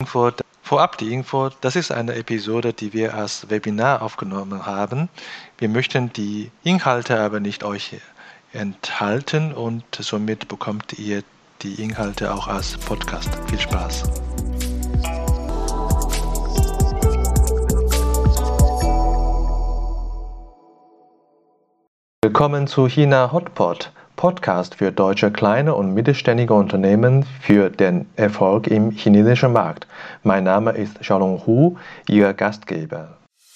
die Info, das ist eine Episode, die wir als Webinar aufgenommen haben. Wir möchten die Inhalte aber nicht euch enthalten und somit bekommt ihr die Inhalte auch als Podcast. Viel Spaß! Willkommen zu China Hotpot, Podcast für deutsche kleine und mittelständige Unternehmen für den Erfolg im chinesischen Markt. Mein Name ist Xiaolong Hu, Ihr Gastgeber.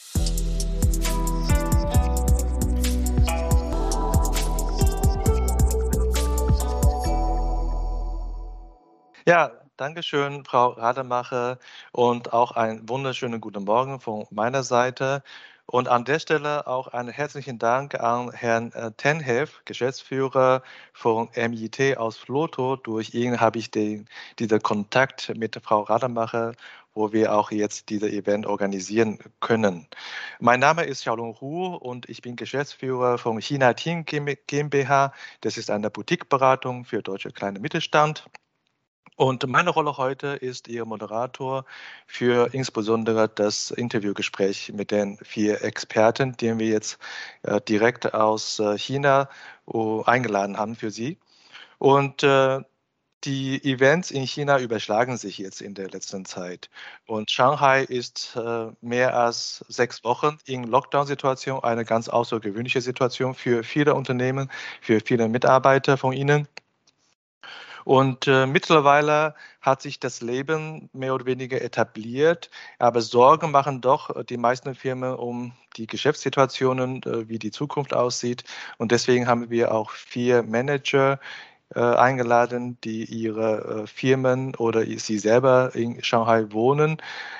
Ja, danke schön, Frau Rademacher, und auch einen wunderschönen guten Morgen von meiner Seite. Und an der Stelle auch einen herzlichen Dank an Herrn Tenhef, Geschäftsführer von MIT aus Vlotho. Durch ihn habe ich diesen Kontakt mit Frau Rademacher, wo wir auch jetzt dieses Event organisieren können. Mein Name ist Xiaolong Hu und ich bin Geschäftsführer von China Team GmbH. Das ist eine Boutique-Beratung für deutsche kleine Mittelstand. Und meine Rolle heute ist Ihr Moderator für insbesondere das Interviewgespräch mit den 4 Experten, die wir jetzt direkt aus China eingeladen haben für Sie. Und die Events in China überschlagen sich jetzt in der letzten Zeit. Und Shanghai ist mehr als 6 Wochen in Lockdown-Situation, eine ganz außergewöhnliche Situation für viele Unternehmen, für viele Mitarbeiter von Ihnen. Und mittlerweile hat sich das Leben mehr oder weniger etabliert, aber Sorgen machen doch die meisten Firmen um die Geschäftssituationen, wie die Zukunft aussieht. Und deswegen haben wir auch 4 Manager eingeladen, die ihre Firmen oder sie selber in Shanghai wohnen.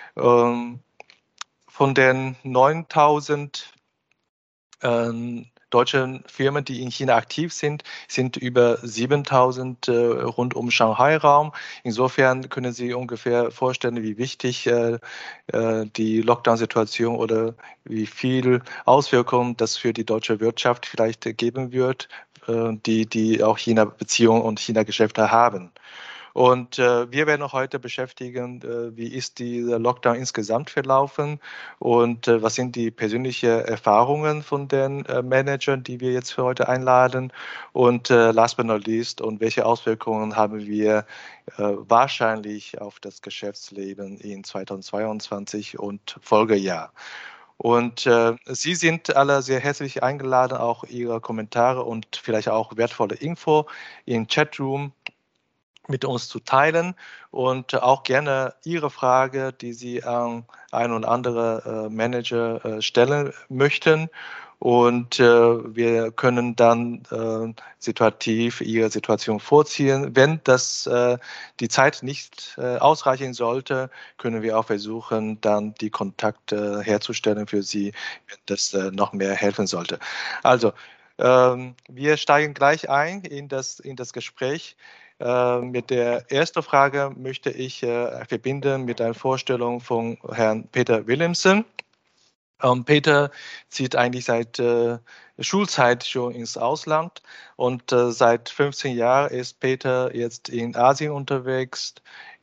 Von den 9.000 deutschen Firmen, die in China aktiv sind, sind über 7.000 rund um Shanghai-Raum. Insofern können Sie ungefähr vorstellen, wie wichtig die Lockdown-Situation oder wie viel Auswirkungen das für die deutsche Wirtschaft vielleicht geben wird, die auch China-Beziehungen und China-Geschäfte haben. Und wir werden heute beschäftigen, wie ist dieser Lockdown insgesamt verlaufen und was sind die persönlichen Erfahrungen von den Managern, die wir jetzt für heute einladen und last but not least, und welche Auswirkungen haben wir wahrscheinlich auf das Geschäftsleben in 2022 und Folgejahr. Und Sie sind alle sehr herzlich eingeladen, auch Ihre Kommentare und vielleicht auch wertvolle Info im Chatroom mit uns zu teilen und auch gerne Ihre Frage, die Sie an ein oder andere Manager stellen möchten. Und wir können dann situativ Ihre Situation vorziehen. Wenn das die Zeit nicht ausreichen sollte, können wir auch versuchen, dann die Kontakte herzustellen für Sie, wenn das noch mehr helfen sollte. Also, wir steigen gleich ein in das Gespräch. Mit der ersten Frage möchte ich verbinden mit einer Vorstellung von Herrn Peter Willemsen. Peter zieht eigentlich seit Schulzeit schon ins Ausland und seit 15 Jahren ist Peter jetzt in Asien unterwegs,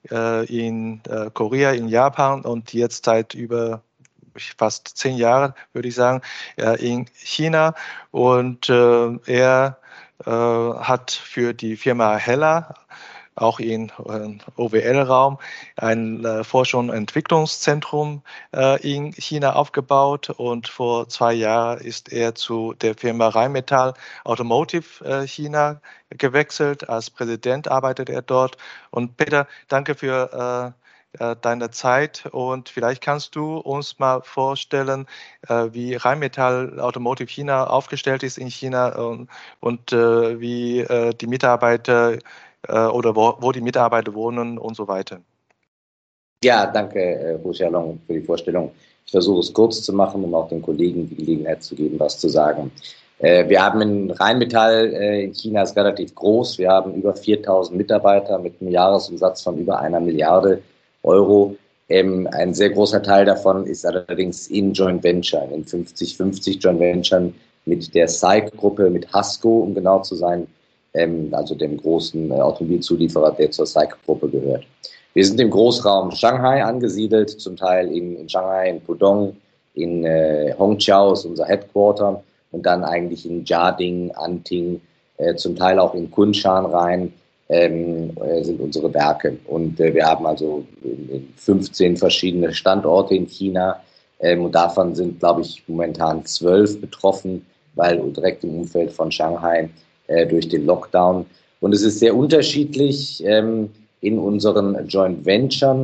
in Korea, in Japan und jetzt seit über fast 10 Jahren, würde ich sagen, in China. Und er hat für die Firma Hella auch im OWL-Raum ein Forschung- und Entwicklungszentrum in China aufgebaut und vor 2 Jahren ist er zu der Firma Rheinmetall Automotive China gewechselt. Als Präsident arbeitet er dort. Und Peter, danke für deine Zeit und vielleicht kannst du uns mal vorstellen, wie Rheinmetall Automotive China aufgestellt ist in China und wie die Mitarbeiter oder wo die Mitarbeiter wohnen und so weiter. Ja, danke, Hu Xiaolong, für die Vorstellung. Ich versuche es kurz zu machen, um auch den Kollegen die Gelegenheit zu geben, was zu sagen. Wir haben in Rheinmetall in China ist relativ groß. Wir haben über 4.000 Mitarbeiter mit einem Jahresumsatz von über 1 Milliarde Euro. Ein sehr großer Teil davon ist allerdings in Joint Venture, in 50-50 Joint Venture mit der SAIC-Gruppe, mit Hasco, um genau zu sein, also dem großen Automobilzulieferer, der zur SAIC-Gruppe gehört. Wir sind im Großraum Shanghai angesiedelt, zum Teil in Shanghai, in Pudong, in Hongqiao ist unser Headquarter und dann eigentlich in Jiading, Anting, zum Teil auch in Kunshan rein sind unsere Werke. Und wir haben also 15 verschiedene Standorte in China und davon sind, glaube ich, momentan 12 betroffen, weil direkt im Umfeld von Shanghai durch den Lockdown. Und es ist sehr unterschiedlich. In unseren Joint Venturen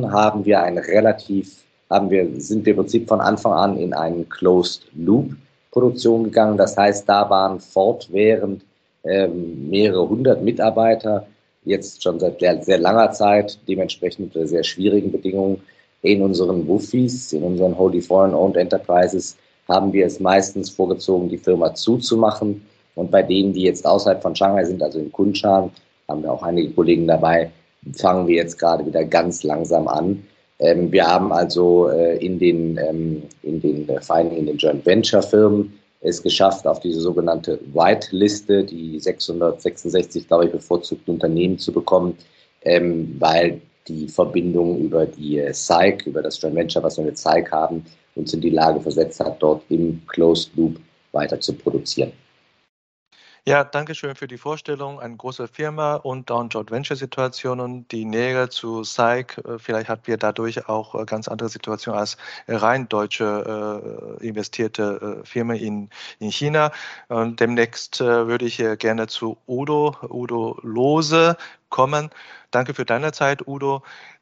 sind wir im Prinzip von Anfang an in eine Closed Loop Produktion gegangen. Das heißt, da waren fortwährend mehrere hundert Mitarbeiter, jetzt schon seit sehr langer Zeit, dementsprechend unter sehr schwierigen Bedingungen. In unseren WUFIs, in unseren Wholly Foreign Owned Enterprises, haben wir es meistens vorgezogen, die Firma zuzumachen. Und bei denen, die jetzt außerhalb von Shanghai sind, also in Kunshan, haben wir auch einige Kollegen dabei, fangen wir jetzt gerade wieder ganz langsam an. Wir haben also in den Joint Venture Firmen es geschafft, auf diese sogenannte Whiteliste, die 666, glaube ich, bevorzugten Unternehmen zu bekommen, weil die Verbindung über die SAIC, über das Joint Venture, was wir mit SAIC haben, uns in die Lage versetzt hat, dort im Closed Loop weiter zu produzieren. Ja, danke schön für die Vorstellung. Eine große Firma und dann Joint Venture Situationen, die Nähe zu SAIC. Vielleicht hatten wir dadurch auch ganz andere Situationen als rein deutsche investierte Firma in China. Und demnächst würde ich gerne zu Udo Lohse kommen. Danke für deine Zeit, Udo.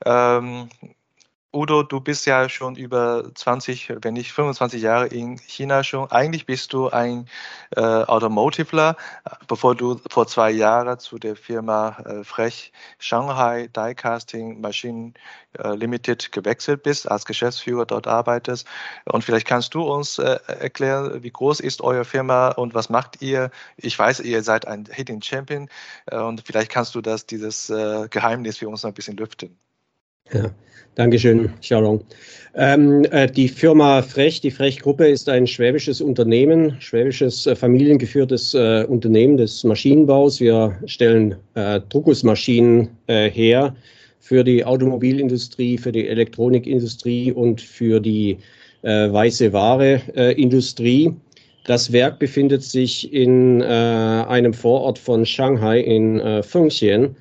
Udo, du bist ja schon über 20, wenn nicht 25 Jahre in China schon. Eigentlich bist du ein Automotiveler, bevor du vor 2 Jahren zu der Firma Frech Shanghai Die Casting Machine Limited gewechselt bist, als Geschäftsführer dort arbeitest. Und vielleicht kannst du uns erklären, wie groß ist eure Firma und was macht ihr? Ich weiß, ihr seid ein Hidden Champion und vielleicht kannst du dieses Geheimnis für uns noch ein bisschen lüften. Ja, Dankeschön, Xiaolong. Die Firma Frech, die Frech-Gruppe, ist ein schwäbisches Unternehmen, schwäbisches familiengeführtes Unternehmen des Maschinenbaus. Wir stellen Druckgussmaschinen her für die Automobilindustrie, für die Elektronikindustrie und für die weiße Ware-Industrie. Das Werk befindet sich in einem Vorort von Shanghai in Fengxian.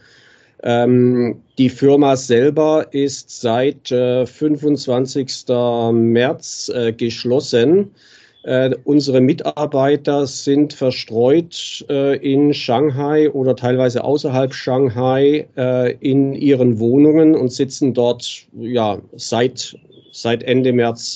Die Firma selber ist seit 25. März geschlossen. Unsere Mitarbeiter sind verstreut in Shanghai oder teilweise außerhalb Shanghai in ihren Wohnungen und sitzen dort seit Ende März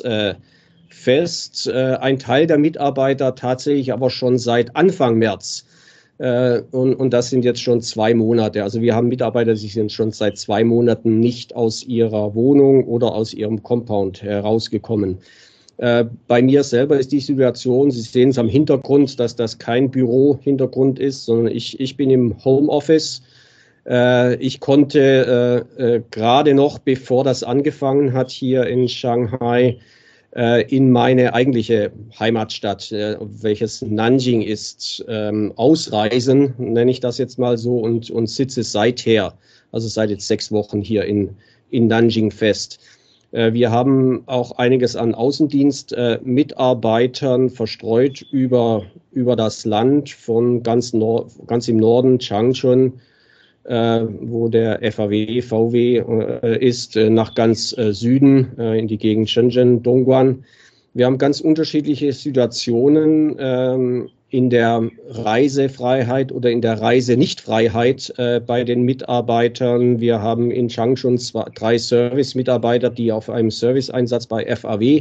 fest. Ein Teil der Mitarbeiter tatsächlich aber schon seit Anfang März. Und das sind jetzt schon 2 Monate. Also wir haben Mitarbeiter, die sind schon seit 2 Monaten nicht aus ihrer Wohnung oder aus ihrem Compound herausgekommen. Bei mir selber ist die Situation, Sie sehen es am Hintergrund, dass das kein Büro-Hintergrund ist, sondern ich bin im Homeoffice. Ich konnte gerade noch, bevor das angefangen hat, hier in Shanghai, in meine eigentliche Heimatstadt, welches Nanjing ist, ausreisen, nenne ich das jetzt mal so, und sitze seither, also seit jetzt 6 Wochen hier in Nanjing fest. Wir haben auch einiges an Außendienst-Mitarbeitern verstreut über das Land von ganz im Norden, Changchun, wo der VW ist, nach ganz Süden, in die Gegend Shenzhen, Dongguan. Wir haben ganz unterschiedliche Situationen in der Reisefreiheit oder in der Reisenichtfreiheit bei den Mitarbeitern. Wir haben in Changchun 3 Service-Mitarbeiter, die auf einem Serviceeinsatz bei VW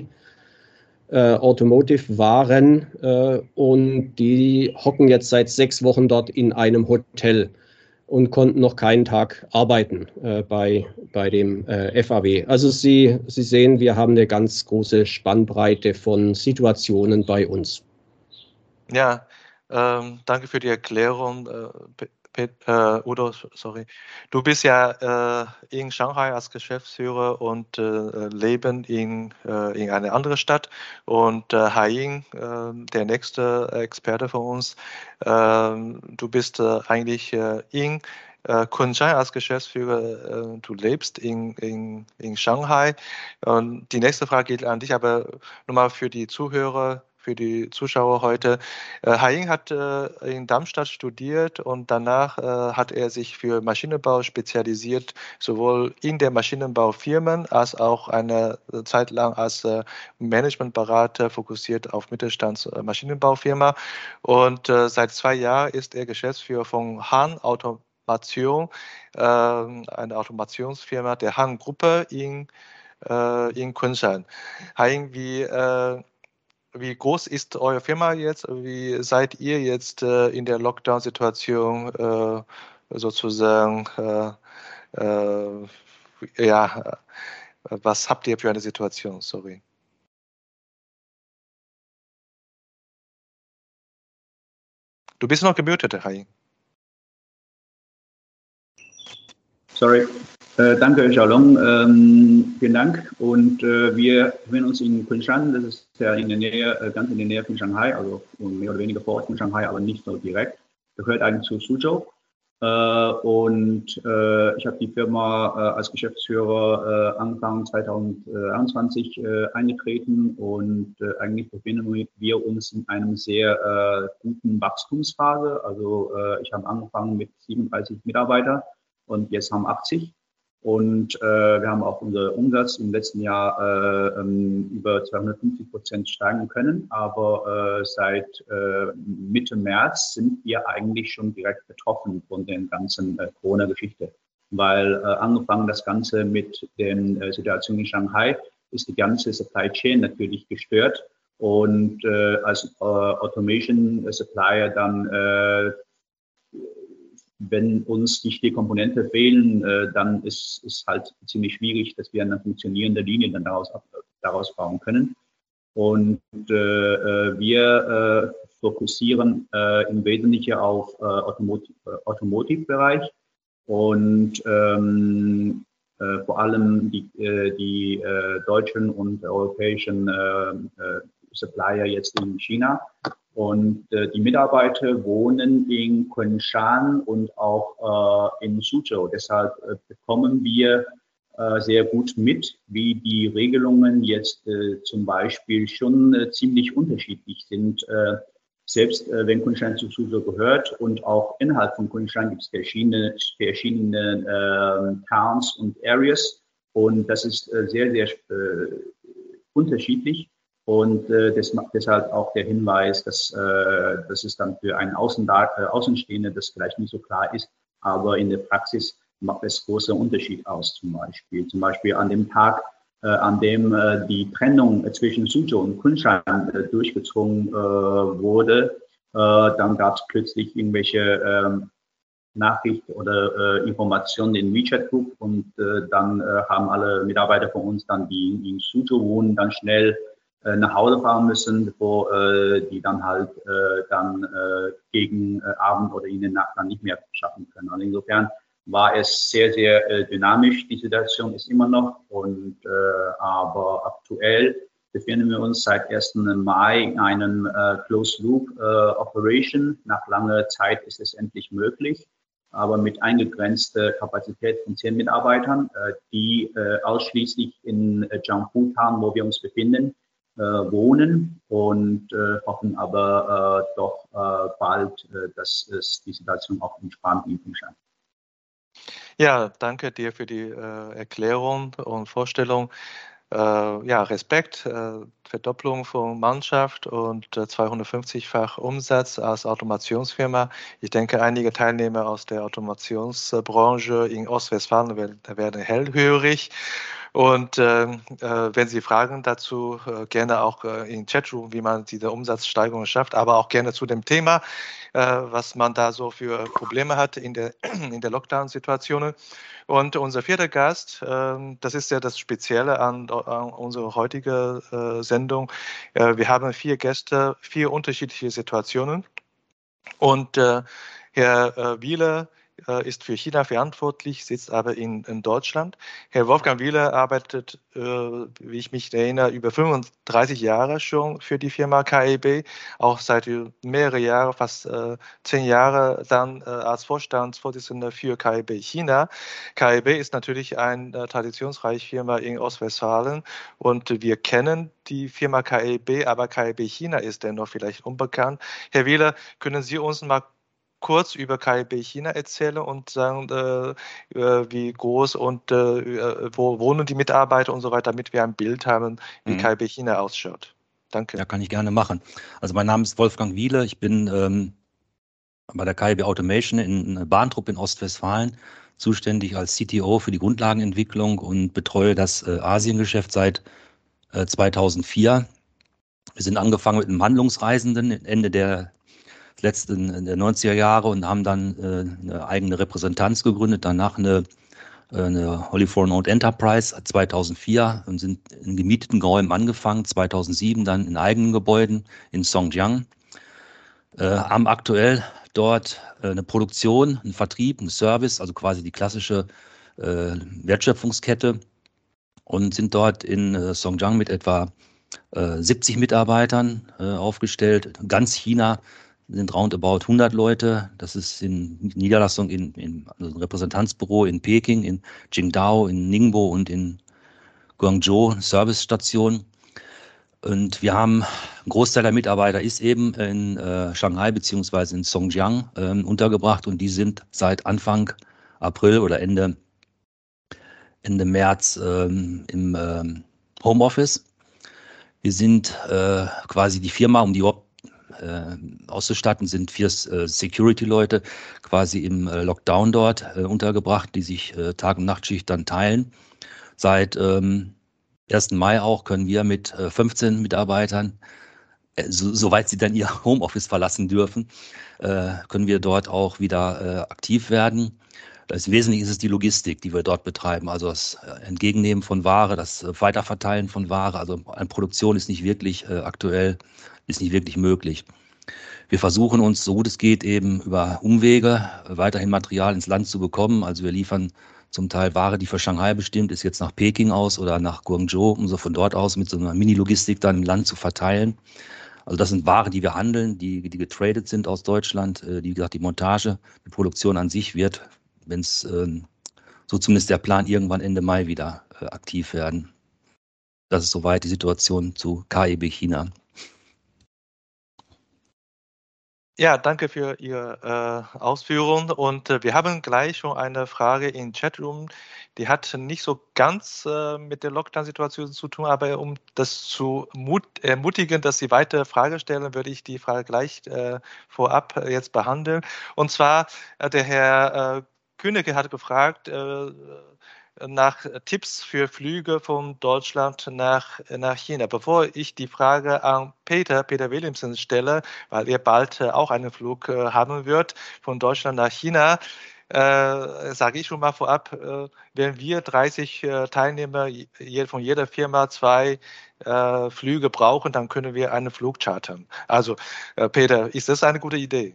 Automotive waren und die hocken jetzt seit 6 Wochen dort in einem Hotel und konnten noch keinen Tag arbeiten bei dem VW. Also Sie sehen, wir haben eine ganz große Spannbreite von Situationen bei uns. Ja, danke für die Erklärung, Udo, sorry. Du bist ja in Shanghai als Geschäftsführer und leben in eine andere Stadt. Und Haiying, der nächste Experte von uns, du bist eigentlich in Kun Chai als Geschäftsführer, du lebst in Shanghai. Und die nächste Frage geht an dich, aber nochmal für die Zuhörer, für die Zuschauer heute. Haiying hat in Darmstadt studiert und danach hat er sich für Maschinenbau spezialisiert, sowohl in der Maschinenbaufirmen als auch eine Zeit lang als Managementberater fokussiert auf Mittelstandsmaschinenbaufirma. Und seit 2 Jahren ist er Geschäftsführer von Han Automation, eine Automationsfirma der Han-Gruppe in Kunshan. Haiying, wie groß ist eure Firma jetzt? Wie seid ihr jetzt in der Lockdown-Situation sozusagen? Ja, was habt ihr für eine Situation? Sorry. Du bist noch gemutet, Haiying. Sorry. Danke, Xiaolong. Vielen Dank. Und wir befinden uns in Kunshan. Das ist ja in der Nähe, ganz in der Nähe von Shanghai, also mehr oder weniger vor Ort von Shanghai, aber nicht so direkt. Gehört eigentlich zu Suzhou. Ich habe die Firma als Geschäftsführer Anfang 2021 eingetreten und eigentlich befinden wir uns in einem sehr guten Wachstumsphase. Also ich habe angefangen mit 37 Mitarbeitern und jetzt haben 80. Und wir haben auch unseren Umsatz im letzten Jahr über 250% steigen können. Aber seit Mitte März sind wir eigentlich schon direkt betroffen von der ganzen Corona-Geschichte. Weil angefangen das Ganze mit der Situation in Shanghai ist die ganze Supply Chain natürlich gestört. Und als Automation Supplier dann wenn uns nicht die Komponente fehlen, dann ist halt ziemlich schwierig, dass wir eine funktionierende Linie dann daraus bauen können. Und wir fokussieren im Wesentlichen auf Automotive-Bereich und vor allem die deutschen und europäischen Supplier jetzt in China. Und die Mitarbeiter wohnen in Kunshan und auch in Suzhou. Deshalb bekommen wir sehr gut mit, wie die Regelungen jetzt zum Beispiel schon ziemlich unterschiedlich sind. Selbst wenn Kunshan zu Suzhou gehört und auch innerhalb von Kunshan gibt es verschiedene Towns und Areas. Und das ist sehr, sehr unterschiedlich. Und deshalb auch der Hinweis, dass es dann für einen Außenstehenden das vielleicht nicht so klar ist, aber in der Praxis macht es große Unterschied aus zum Beispiel an dem Tag, an dem die Trennung zwischen Suzhou und Kunshan durchgezogen wurde, dann gab es plötzlich irgendwelche Nachrichten oder Informationen in WeChat Group und dann haben alle Mitarbeiter von uns dann, die in Suzhou wohnen, dann schnell nach Hause fahren müssen, bevor die dann halt gegen Abend oder in der Nacht dann nicht mehr schaffen können. Also insofern war es sehr, sehr dynamisch. Die Situation ist immer noch aber aktuell befinden wir uns seit 1. Mai in einem Closed Loop Operation. Nach langer Zeit ist es endlich möglich, aber mit eingegrenzter Kapazität von 10 Mitarbeitern, die ausschließlich in Jianghu Town, wo wir uns befinden, wohnen und hoffen aber doch bald, dass es die Situation auch entspannt bieten kann. Ja, danke dir für die Erklärung und Vorstellung. Ja, Respekt, Verdopplung von Mannschaft und 250-fach Umsatz als Automationsfirma. Ich denke, einige Teilnehmer aus der Automationsbranche in Ostwestfalen werden hellhörig. Und wenn Sie Fragen dazu gerne auch in Chatroom, wie man diese Umsatzsteigerung schafft, aber auch gerne zu dem Thema, was man da so für Probleme hat in der Lockdown-Situationen. Und unser vierter Gast, das ist ja das Spezielle an unserer heutigen Sendung. Wir haben 4 Gäste, 4 unterschiedliche Situationen. Und Herr Wieler ist für China verantwortlich, sitzt aber in Deutschland. Herr Wolfgang Wieler arbeitet, wie ich mich erinnere, über 35 Jahre schon für die Firma KEB, auch seit mehreren Jahren, fast 10 Jahre dann als Vorstandsvorsitzender für KEB China. KEB ist natürlich eine traditionsreiche Firma in Ostwestfalen und wir kennen die Firma KEB, aber KEB China ist dennoch vielleicht unbekannt. Herr Wieler, können Sie uns mal kurz über KEB China erzählen und sagen, wie groß und wo wohnen die Mitarbeiter und so weiter, damit wir ein Bild haben, wie KEB China ausschaut? Danke. Ja, kann ich gerne machen. Also mein Name ist Wolfgang Wieler. Ich bin bei der KEB Automation in Bahntrupp in Ostwestfalen zuständig als CTO für die Grundlagenentwicklung und betreue das Asiengeschäft seit 2004. Wir sind angefangen mit einem Handlungsreisenden Ende der 90er Jahre und haben dann eine eigene Repräsentanz gegründet, danach eine Wholly Foreign Owned Enterprise 2004 und sind in gemieteten Räumen angefangen, 2007 dann in eigenen Gebäuden in Songjiang. Haben aktuell dort eine Produktion, einen Vertrieb, einen Service, also quasi die klassische Wertschöpfungskette und sind dort in Songjiang mit etwa 70 Mitarbeitern aufgestellt. Ganz China sind roundabout 100 Leute. Das ist in Niederlassung also ein Repräsentanzbüro in Peking, in Qingdao, in Ningbo und in Guangzhou, Servicestation. Und wir haben, ein Großteil der Mitarbeiter ist eben in Shanghai beziehungsweise in Songjiang untergebracht und die sind seit Anfang April oder Ende März im Homeoffice. Wir sind quasi die Firma, um die auszustatten, sind 4 Security-Leute quasi im Lockdown dort untergebracht, die sich Tag- und Nachtschicht dann teilen. Seit 1. Mai auch können wir mit 15 Mitarbeitern, soweit sie dann ihr Homeoffice verlassen dürfen, können wir dort auch wieder aktiv werden. Im Wesentlichen ist es die Logistik, die wir dort betreiben, also das Entgegennehmen von Ware, das Weiterverteilen von Ware. Also eine Produktion ist nicht wirklich aktuell, ist nicht wirklich möglich. Wir versuchen uns, so gut es geht, eben über Umwege weiterhin Material ins Land zu bekommen. Also wir liefern zum Teil Ware, die für Shanghai bestimmt ist, jetzt nach Peking aus oder nach Guangzhou, um so von dort aus mit so einer Mini-Logistik dann im Land zu verteilen. Also das sind Waren, die wir handeln, die getradet sind aus Deutschland. Wie gesagt, die Montage, die Produktion an sich wird, wenn es so zumindest der Plan, irgendwann Ende Mai wieder aktiv werden. Das ist soweit die Situation zu KEB China. Ja, danke für Ihre Ausführungen und wir haben gleich schon eine Frage im Chatroom, die hat nicht so ganz mit der Lockdown-Situation zu tun, aber um das zu ermutigen, dass Sie weitere Fragen stellen, würde ich die Frage gleich vorab jetzt behandeln. Und zwar, der Herr Königke hat gefragt, nach Tipps für Flüge von Deutschland nach China. Bevor ich die Frage an Peter Williamson stelle, weil er bald auch einen Flug haben wird von Deutschland nach China, sage ich schon mal vorab, wenn wir 30 Teilnehmer von jeder Firma 2 Flüge brauchen, dann können wir einen Flug chartern. Also Peter, ist das eine gute Idee?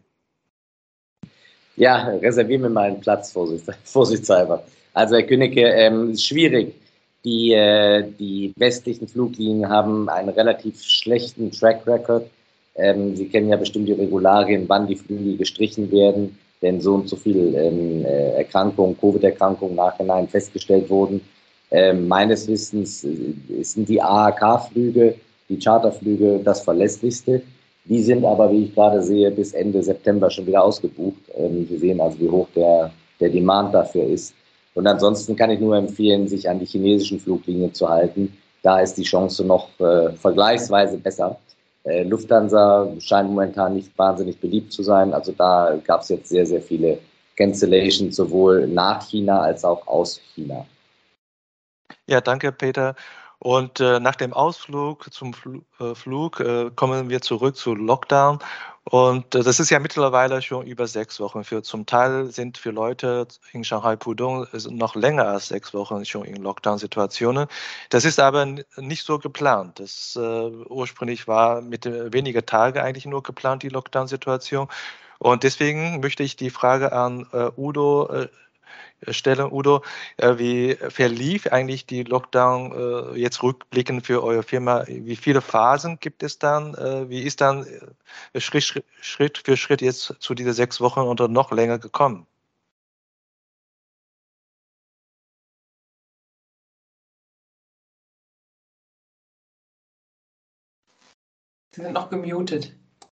Ja, reservieren wir mal einen Platz, vorsichtshalber. Also Herr Königke, ist schwierig. Die westlichen Fluglinien haben einen relativ schlechten Track Record. Sie kennen ja bestimmt die Regularien, wann die Flüge gestrichen werden, denn so und so viele Erkrankungen, Covid-Erkrankungen nachhinein festgestellt wurden. Meines Wissens sind die AHK-Flüge, die Charterflüge, das verlässlichste. Die sind aber, wie ich gerade sehe, bis Ende September schon wieder ausgebucht. Wir sehen also, wie hoch der Demand dafür ist. Und ansonsten kann ich nur empfehlen, sich an die chinesischen Fluglinien zu halten. Da ist die Chance noch vergleichsweise besser. Lufthansa scheint momentan nicht wahnsinnig beliebt zu sein. Also da gab es jetzt sehr, sehr viele Cancellations, sowohl nach China als auch aus China. Ja, danke, Peter. Und nach dem Ausflug zum Flug kommen wir zurück zu Lockdown. Und das ist ja mittlerweile schon über 6 Wochen. Zum Teil sind für Leute in Shanghai, Pudong noch länger als 6 Wochen schon in Lockdown-Situationen. Das ist aber nicht so geplant. Das ursprünglich war mit weniger Tage eigentlich nur geplant, die Lockdown-Situation. Und deswegen möchte ich die Frage an Udo stellen. Udo, wie verlief eigentlich die Lockdown jetzt rückblickend für eure Firma? Wie viele Phasen gibt es dann? Wie ist dann Schritt für Schritt jetzt zu diese 6 Wochen oder noch länger gekommen? Sie sind noch gemutet.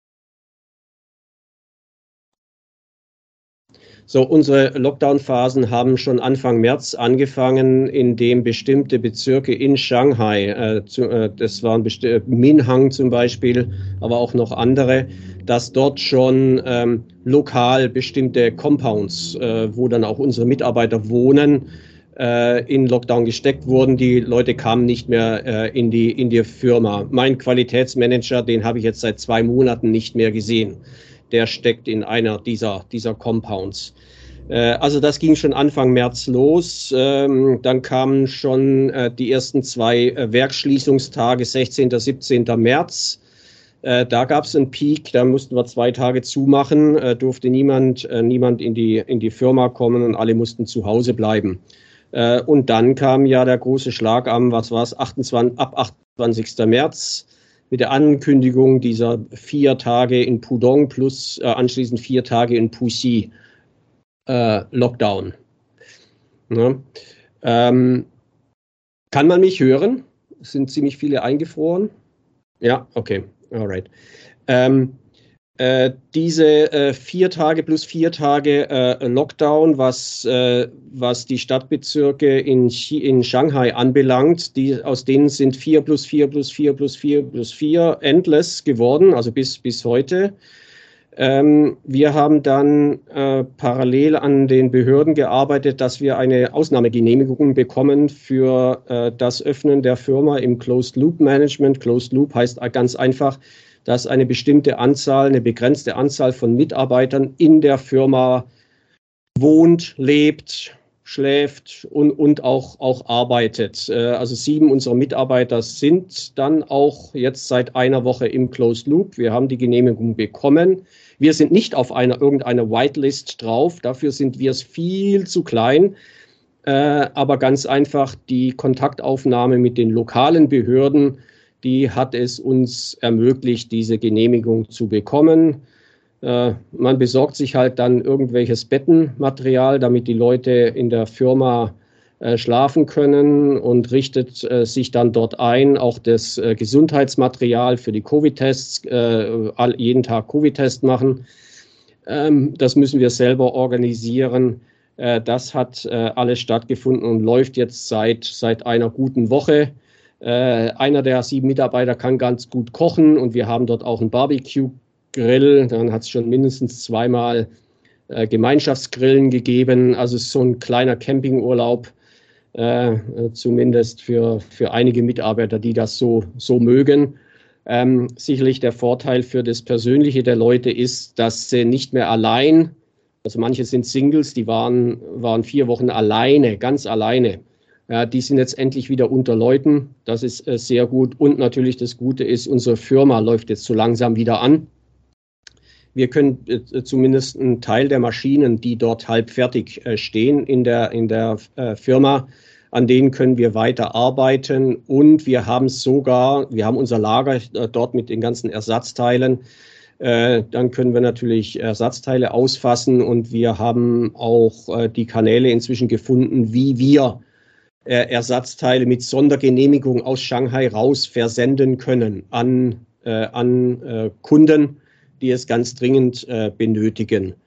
So, unsere Lockdown-Phasen haben schon Anfang März angefangen, in dem bestimmte Bezirke in Shanghai, das waren Minhang zum Beispiel, aber auch noch andere, dass dort schon lokal bestimmte Compounds, wo dann auch unsere Mitarbeiter wohnen, in Lockdown gesteckt wurden. Die Leute kamen nicht mehr in die Firma. Mein Qualitätsmanager, den habe ich jetzt seit 2 Monaten nicht mehr gesehen. Der steckt in einer dieser Compounds. Also das ging schon Anfang März los. Dann kamen schon die ersten 2 Werksschließungstage, 16. 17. März. Da gab es einen Peak, da mussten wir 2 Tage zumachen, durfte niemand in die Firma kommen und alle mussten zu Hause bleiben. Und dann kam ja der große Schlag ab 28. März. Mit der Ankündigung dieser 4 Tage in Pudong plus anschließend 4 Tage in Puxi Lockdown. Ja. Kann man mich hören? Es sind ziemlich viele eingefroren. Ja, okay, alright. Diese 4 Tage plus 4 Tage Lockdown, was die Stadtbezirke in Shanghai anbelangt, aus denen sind 4 plus 4 plus 4 plus 4 plus 4 endless geworden, also bis heute. Wir haben dann parallel an den Behörden gearbeitet, dass wir eine Ausnahmegenehmigung bekommen für das Öffnen der Firma im Closed Loop Management. Closed Loop heißt ganz einfach, dass eine bestimmte Anzahl, eine begrenzte Anzahl von Mitarbeitern in der Firma wohnt, lebt, schläft und auch arbeitet. Also 7 unserer Mitarbeiter sind dann auch jetzt seit einer Woche im Closed Loop. Wir haben die Genehmigung bekommen. Wir sind nicht auf irgendeiner Whitelist drauf. Dafür sind wir viel zu klein. Aber ganz einfach die Kontaktaufnahme mit den lokalen Behörden, die hat es uns ermöglicht, diese Genehmigung zu bekommen. Man besorgt sich halt dann irgendwelches Bettenmaterial, damit die Leute in der Firma schlafen können und richtet sich dann dort ein. Auch das Gesundheitsmaterial für die Covid-Tests, jeden Tag Covid-Test machen. Das müssen wir selber organisieren. Das hat alles stattgefunden und läuft jetzt seit einer guten Woche. Einer der 7 Mitarbeiter kann ganz gut kochen und wir haben dort auch einen Barbecue-Grill. Dann hat es schon mindestens 2-mal Gemeinschaftsgrillen gegeben. Also es ist so ein kleiner Campingurlaub, zumindest für einige Mitarbeiter, die das so mögen. Sicherlich der Vorteil für das Persönliche der Leute ist, dass sie nicht mehr allein, also manche sind Singles, die waren 4 Wochen alleine, ganz alleine. Ja, die sind jetzt endlich wieder unter Leuten. Das ist sehr gut. Und natürlich das Gute ist, unsere Firma läuft jetzt so langsam wieder an. Wir können zumindest einen Teil der Maschinen, die dort halb fertig stehen in der Firma, an denen können wir weiter arbeiten. Und wir haben unser Lager dort mit den ganzen Ersatzteilen. Dann können wir natürlich Ersatzteile ausfassen. Und wir haben auch die Kanäle inzwischen gefunden, wie wir Ersatzteile mit Sondergenehmigung aus Shanghai raus versenden können an Kunden, die es ganz dringend benötigen.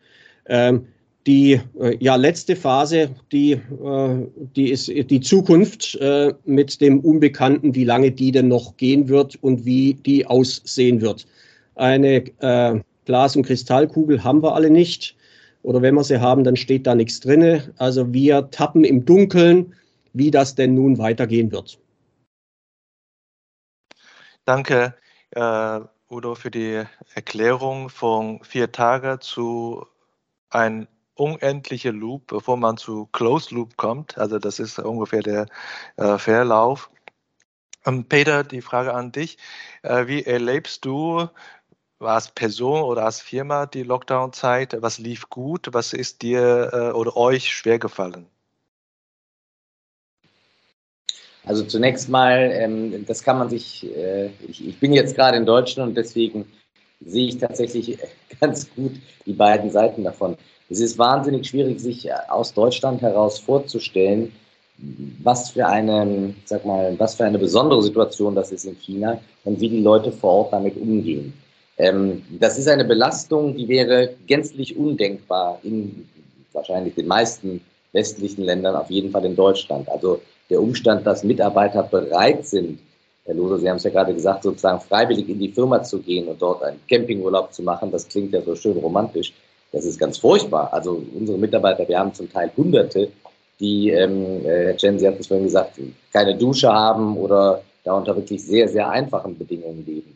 Die letzte Phase, die ist die Zukunft mit dem Unbekannten, wie lange die denn noch gehen wird und wie die aussehen wird. Eine Glas- und Kristallkugel haben wir alle nicht. Oder wenn wir sie haben, dann steht da nichts drin. Also wir tappen im Dunkeln, wie das denn nun weitergehen wird. Danke, Udo, für die Erklärung von 4 Tagen zu ein unendlicher Loop, bevor man zu Closed Loop kommt. Also das ist ungefähr der Verlauf. Peter, die Frage an dich. Wie erlebst du als Person oder als Firma die Lockdown-Zeit? Was lief gut? Was ist dir oder euch schwer gefallen? Also zunächst mal, das kann man sich, ich bin jetzt gerade in Deutschland und deswegen sehe ich tatsächlich ganz gut die beiden Seiten davon. Es ist wahnsinnig schwierig, sich aus Deutschland heraus vorzustellen, was für eine, sag mal, was für eine besondere Situation das ist in China und wie die Leute vor Ort damit umgehen. Das ist eine Belastung, die wäre gänzlich undenkbar in wahrscheinlich den meisten westlichen Ländern, auf jeden Fall in Deutschland. Also der Umstand, dass Mitarbeiter bereit sind, Herr Loser, Sie haben es ja gerade gesagt, sozusagen freiwillig in die Firma zu gehen und dort einen Campingurlaub zu machen, das klingt ja so schön romantisch. Das ist ganz furchtbar. Also unsere Mitarbeiter, wir haben zum Teil Hunderte, die, Herr Chen, Sie hatten es vorhin gesagt, keine Dusche haben oder da unter wirklich sehr, sehr einfachen Bedingungen leben.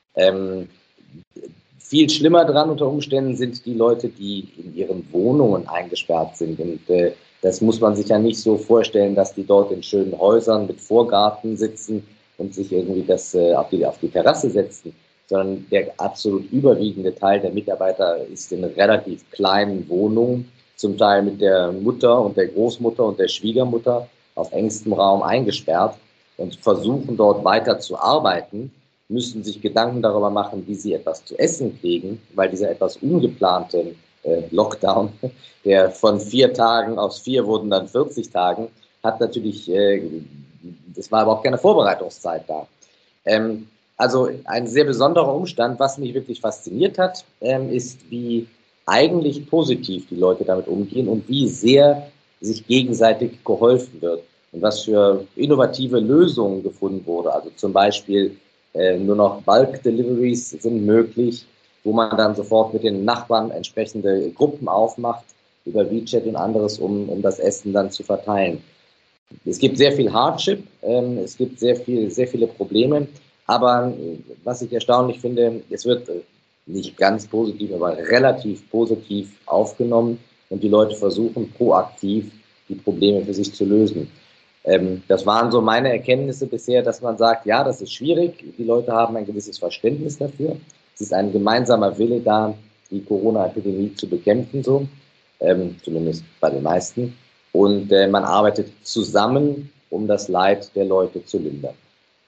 Viel schlimmer dran unter Umständen sind die Leute, die in ihren Wohnungen eingesperrt sind. Und das muss man sich ja nicht so vorstellen, dass die dort in schönen Häusern mit Vorgarten sitzen und sich irgendwie das auf die Terrasse setzen, sondern der absolut überwiegende Teil der Mitarbeiter ist in relativ kleinen Wohnungen, zum Teil mit der Mutter und der Großmutter und der Schwiegermutter auf engstem Raum eingesperrt und versuchen dort weiter zu arbeiten, müssen sich Gedanken darüber machen, wie sie etwas zu essen kriegen, weil dieser etwas ungeplante Lockdown, der von 4 Tagen aus 4 wurden dann 40 Tagen, hat natürlich, es war überhaupt keine Vorbereitungszeit da. Also ein sehr besonderer Umstand, was mich wirklich fasziniert hat, ist, wie eigentlich positiv die Leute damit umgehen und wie sehr sich gegenseitig geholfen wird und was für innovative Lösungen gefunden wurde. Also zum Beispiel nur noch Bulk-Deliveries sind möglich, wo man dann sofort mit den Nachbarn entsprechende Gruppen aufmacht, über WeChat und anderes, um das Essen dann zu verteilen. Es gibt sehr viel Hardship, es gibt sehr viele Probleme, aber was ich erstaunlich finde, es wird nicht ganz positiv, aber relativ positiv aufgenommen und die Leute versuchen proaktiv die Probleme für sich zu lösen. Das waren so meine Erkenntnisse bisher, dass man sagt, ja, das ist schwierig, die Leute haben ein gewisses Verständnis dafür. Es ist ein gemeinsamer Wille da, die Corona-Epidemie zu bekämpfen, so, zumindest bei den meisten. Und man arbeitet zusammen, um das Leid der Leute zu lindern.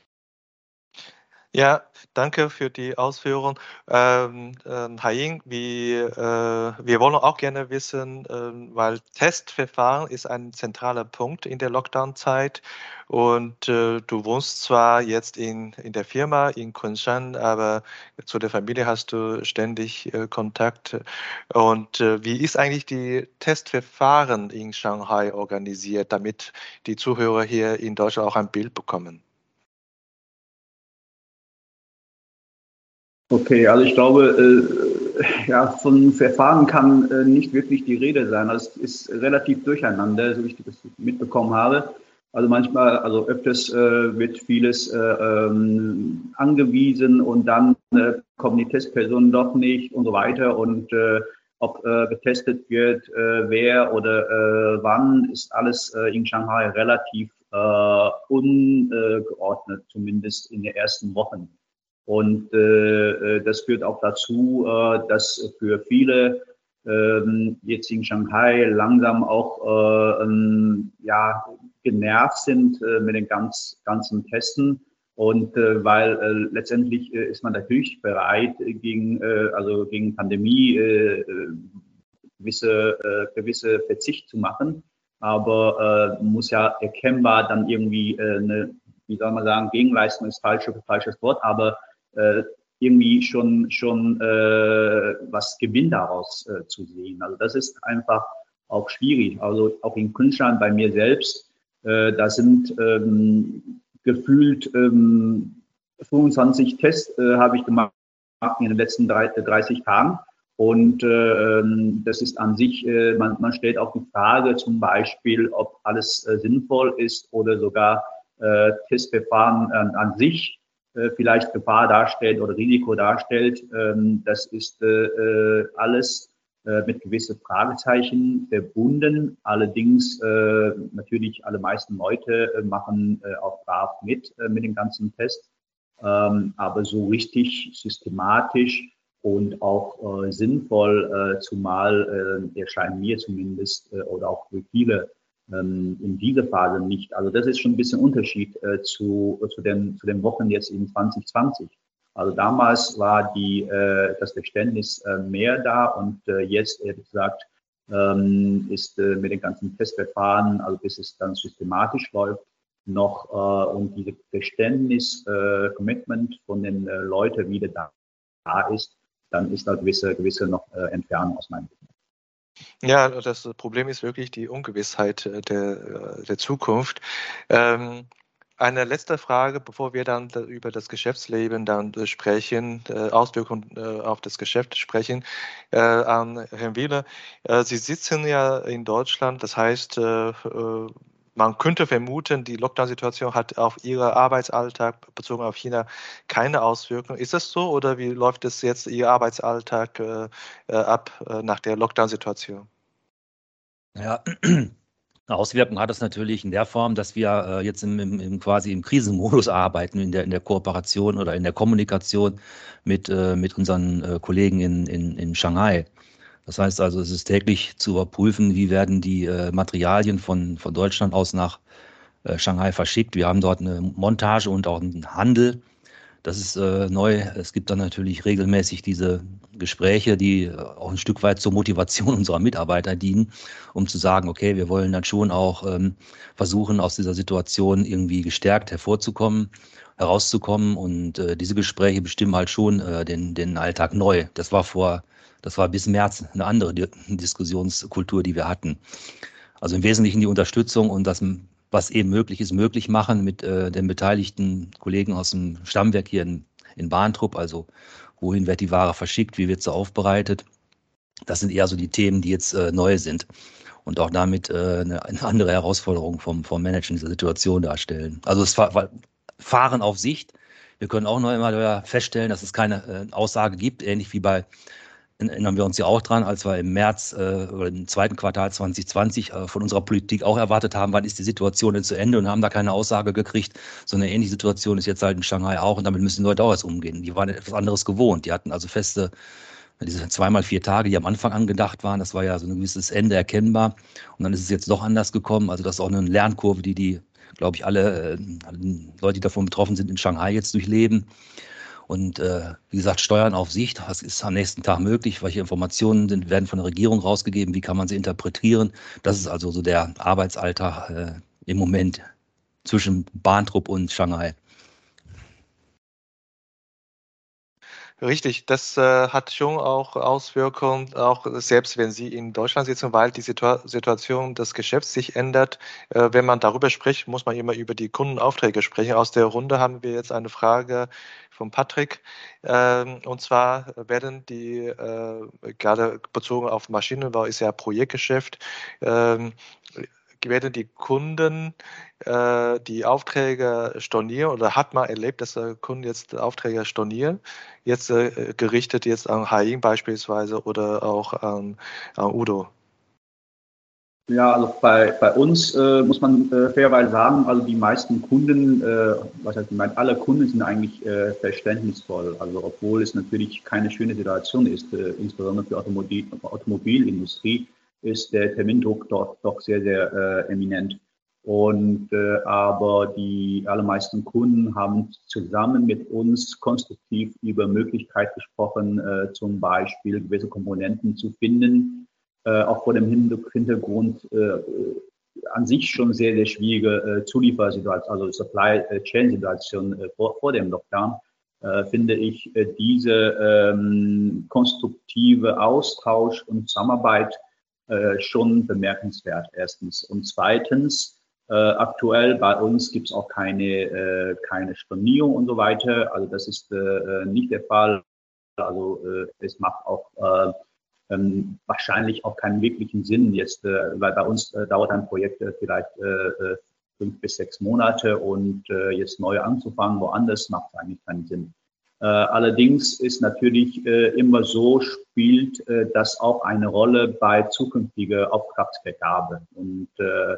Ja, danke für die Ausführung. Haiying, wir wollen auch gerne wissen, weil Testverfahren ist ein zentraler Punkt in der Lockdown-Zeit und du wohnst zwar jetzt in der Firma in Kunshan, aber zu der Familie hast du ständig Kontakt. Und wie ist eigentlich die Testverfahren in Shanghai organisiert, damit die Zuhörer hier in Deutschland auch ein Bild bekommen? Okay, also ich glaube, ja, von Verfahren kann nicht wirklich die Rede sein. Also es ist relativ durcheinander, so wie ich das mitbekommen habe. Also manchmal, also öfters wird vieles angewiesen und dann kommen die Testpersonen doch nicht und so weiter. Und ob getestet wird, wer oder wann, ist alles in Shanghai relativ ungeordnet, zumindest in den ersten Wochen. Und das führt auch dazu, dass für viele jetzt in Shanghai langsam auch ja, genervt sind mit den ganzen Testen. Und weil letztendlich ist man natürlich bereit, also gegen Pandemie gewisse Verzicht zu machen. Aber muss ja erkennbar dann irgendwie eine, wie soll man sagen, Gegenleistung ist falsches Wort, aber irgendwie schon was Gewinn daraus zu sehen. Also das ist einfach auch schwierig. Also auch in Kunshan bei mir selbst, da sind gefühlt 25 Tests habe ich gemacht in den letzten 30 Tagen. Und das ist an sich, man stellt auch die Frage zum Beispiel, ob alles sinnvoll ist oder sogar Testverfahren an sich vielleicht Gefahr darstellt oder Risiko darstellt. Das ist alles mit gewissen Fragezeichen verbunden. Allerdings natürlich alle meisten Leute machen auch brav mit den ganzen Tests. Aber so richtig systematisch und auch sinnvoll, zumal erscheint mir zumindest oder auch für viele in dieser Phase nicht. Also das ist schon ein bisschen Unterschied zu den Wochen jetzt in 2020. Also damals war das Verständnis mehr da und jetzt, ehrlich gesagt, ist mit den ganzen Testverfahren, also bis es dann systematisch läuft, noch und dieses Verständnis, Commitment von den Leuten wieder da ist, dann ist da gewisse noch Entfernung aus meinem Sicht. Ja, das Problem ist wirklich die Ungewissheit der Zukunft. Eine letzte Frage, bevor wir dann über das Geschäftsleben dann sprechen, Auswirkungen auf das Geschäft sprechen, an Herrn Wieler. Sie sitzen ja in Deutschland, das heißt, man könnte vermuten, die Lockdown-Situation hat auf Ihren Arbeitsalltag bezogen auf China keine Auswirkungen. Ist das so oder wie läuft es jetzt Ihr Arbeitsalltag ab nach der Lockdown-Situation? Ja, eine Auswirkung hat es natürlich in der Form, dass wir jetzt quasi im Krisenmodus arbeiten, in der Kooperation oder in der Kommunikation mit unseren Kollegen in Shanghai. Das heißt also, es ist täglich zu überprüfen, wie werden die Materialien von Deutschland aus nach Shanghai verschickt. Wir haben dort eine Montage und auch einen Handel. Das ist neu. Es gibt dann natürlich regelmäßig diese Gespräche, die auch ein Stück weit zur Motivation unserer Mitarbeiter dienen, um zu sagen, okay, wir wollen dann schon auch versuchen, aus dieser Situation irgendwie gestärkt herauszukommen. Und diese Gespräche bestimmen halt schon den Alltag neu. Das war bis März eine andere Diskussionskultur, die wir hatten. Also im Wesentlichen die Unterstützung und das, was eben möglich ist, möglich machen mit den beteiligten Kollegen aus dem Stammwerk hier in Bahntrupp, also wohin wird die Ware verschickt, wie wird sie aufbereitet. Das sind eher so die Themen, die jetzt neu sind und auch damit eine andere Herausforderung vom Managen dieser Situation darstellen. Also es Fahren auf Sicht. Wir können auch noch immer wieder feststellen, dass es keine Aussage gibt, ähnlich wie erinnern wir uns ja auch dran, als wir im März oder im zweiten Quartal 2020 von unserer Politik auch erwartet haben, wann ist die Situation denn zu Ende und haben da keine Aussage gekriegt. So eine ähnliche Situation ist jetzt halt in Shanghai auch und damit müssen die Leute auch jetzt umgehen. Die waren etwas anderes gewohnt. Die hatten also diese 2x4 Tage, die am Anfang angedacht waren, das war ja so ein gewisses Ende erkennbar und dann ist es jetzt doch anders gekommen. Also das ist auch eine Lernkurve, die glaube ich, alle Leute, die davon betroffen sind, in Shanghai jetzt durchleben. Und wie gesagt, Steuern auf Sicht, was ist am nächsten Tag möglich, welche Informationen werden von der Regierung rausgegeben, wie kann man sie interpretieren. Das ist also so der Arbeitsalltag im Moment zwischen Bahntrupp und Shanghai. Richtig, das hat schon auch Auswirkungen, auch selbst wenn Sie in Deutschland sitzen, weil die Situation des Geschäfts sich ändert. Wenn man darüber spricht, muss man immer über die Kundenaufträge sprechen. Aus der Runde haben wir jetzt eine Frage von Patrick. Und zwar werden die, gerade bezogen auf Maschinenbau, ist ja Projektgeschäft, werden die Kunden die Aufträge stornieren oder hat man erlebt, dass Kunden jetzt Aufträge stornieren, jetzt gerichtet jetzt an Haiying beispielsweise oder auch an Udo? Ja, also bei uns muss man fairerweise sagen, also die meisten Kunden, was heißt, ich meine, alle Kunden sind eigentlich verständnisvoll. Also obwohl es natürlich keine schöne Situation ist, insbesondere für Automobilindustrie, ist der Termindruck dort doch sehr, sehr eminent. Und aber die allermeisten Kunden haben zusammen mit uns konstruktiv über Möglichkeit gesprochen, zum Beispiel gewisse Komponenten zu finden, auch vor dem Hintergrund an sich schon sehr, sehr schwierige Zuliefersituation, also Supply Chain Situation vor dem Lockdown, finde ich diese konstruktive Austausch und Zusammenarbeit schon bemerkenswert, erstens. Und zweitens, aktuell bei uns gibt es auch keine Stornierung und so weiter. Also das ist nicht der Fall. Also es macht auch wahrscheinlich auch keinen wirklichen Sinn jetzt, weil bei uns dauert ein Projekt vielleicht 5 bis 6 Monate und jetzt neu anzufangen, woanders macht eigentlich keinen Sinn. Allerdings ist natürlich immer so, spielt das auch eine Rolle bei zukünftiger Auftragsvergabe. Und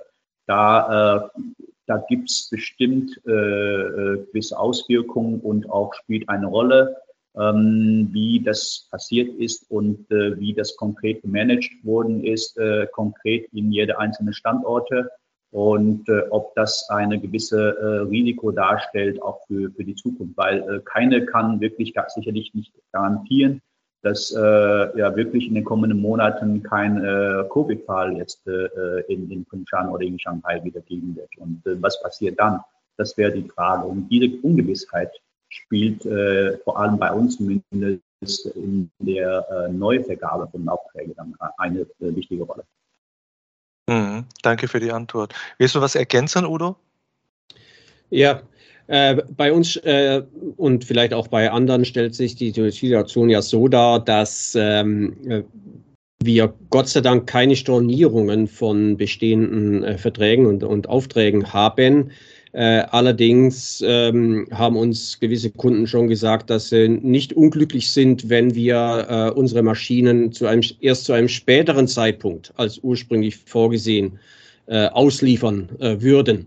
da gibt es bestimmt gewisse Auswirkungen und auch spielt eine Rolle, wie das passiert ist und wie das konkret gemanagt worden ist, konkret in jede einzelne Standorte und ob das eine gewisse Risiko darstellt, auch für die Zukunft, weil keine kann wirklich sicherlich nicht garantieren, dass ja wirklich in den kommenden Monaten kein Covid-Fall jetzt in Kunshan oder in Shanghai wieder geben wird. Und was passiert dann? Das wäre die Frage. Und diese Ungewissheit spielt vor allem bei uns zumindest in der Neuvergabe von Aufträgen dann eine wichtige Rolle. Danke für die Antwort. Willst du was ergänzen, Udo? Ja, bei uns und vielleicht auch bei anderen stellt sich die Situation ja so dar, dass wir Gott sei Dank keine Stornierungen von bestehenden Verträgen und Aufträgen haben. Allerdings haben uns gewisse Kunden schon gesagt, dass sie nicht unglücklich sind, wenn wir unsere Maschinen erst zu einem späteren Zeitpunkt als ursprünglich vorgesehen ausliefern würden.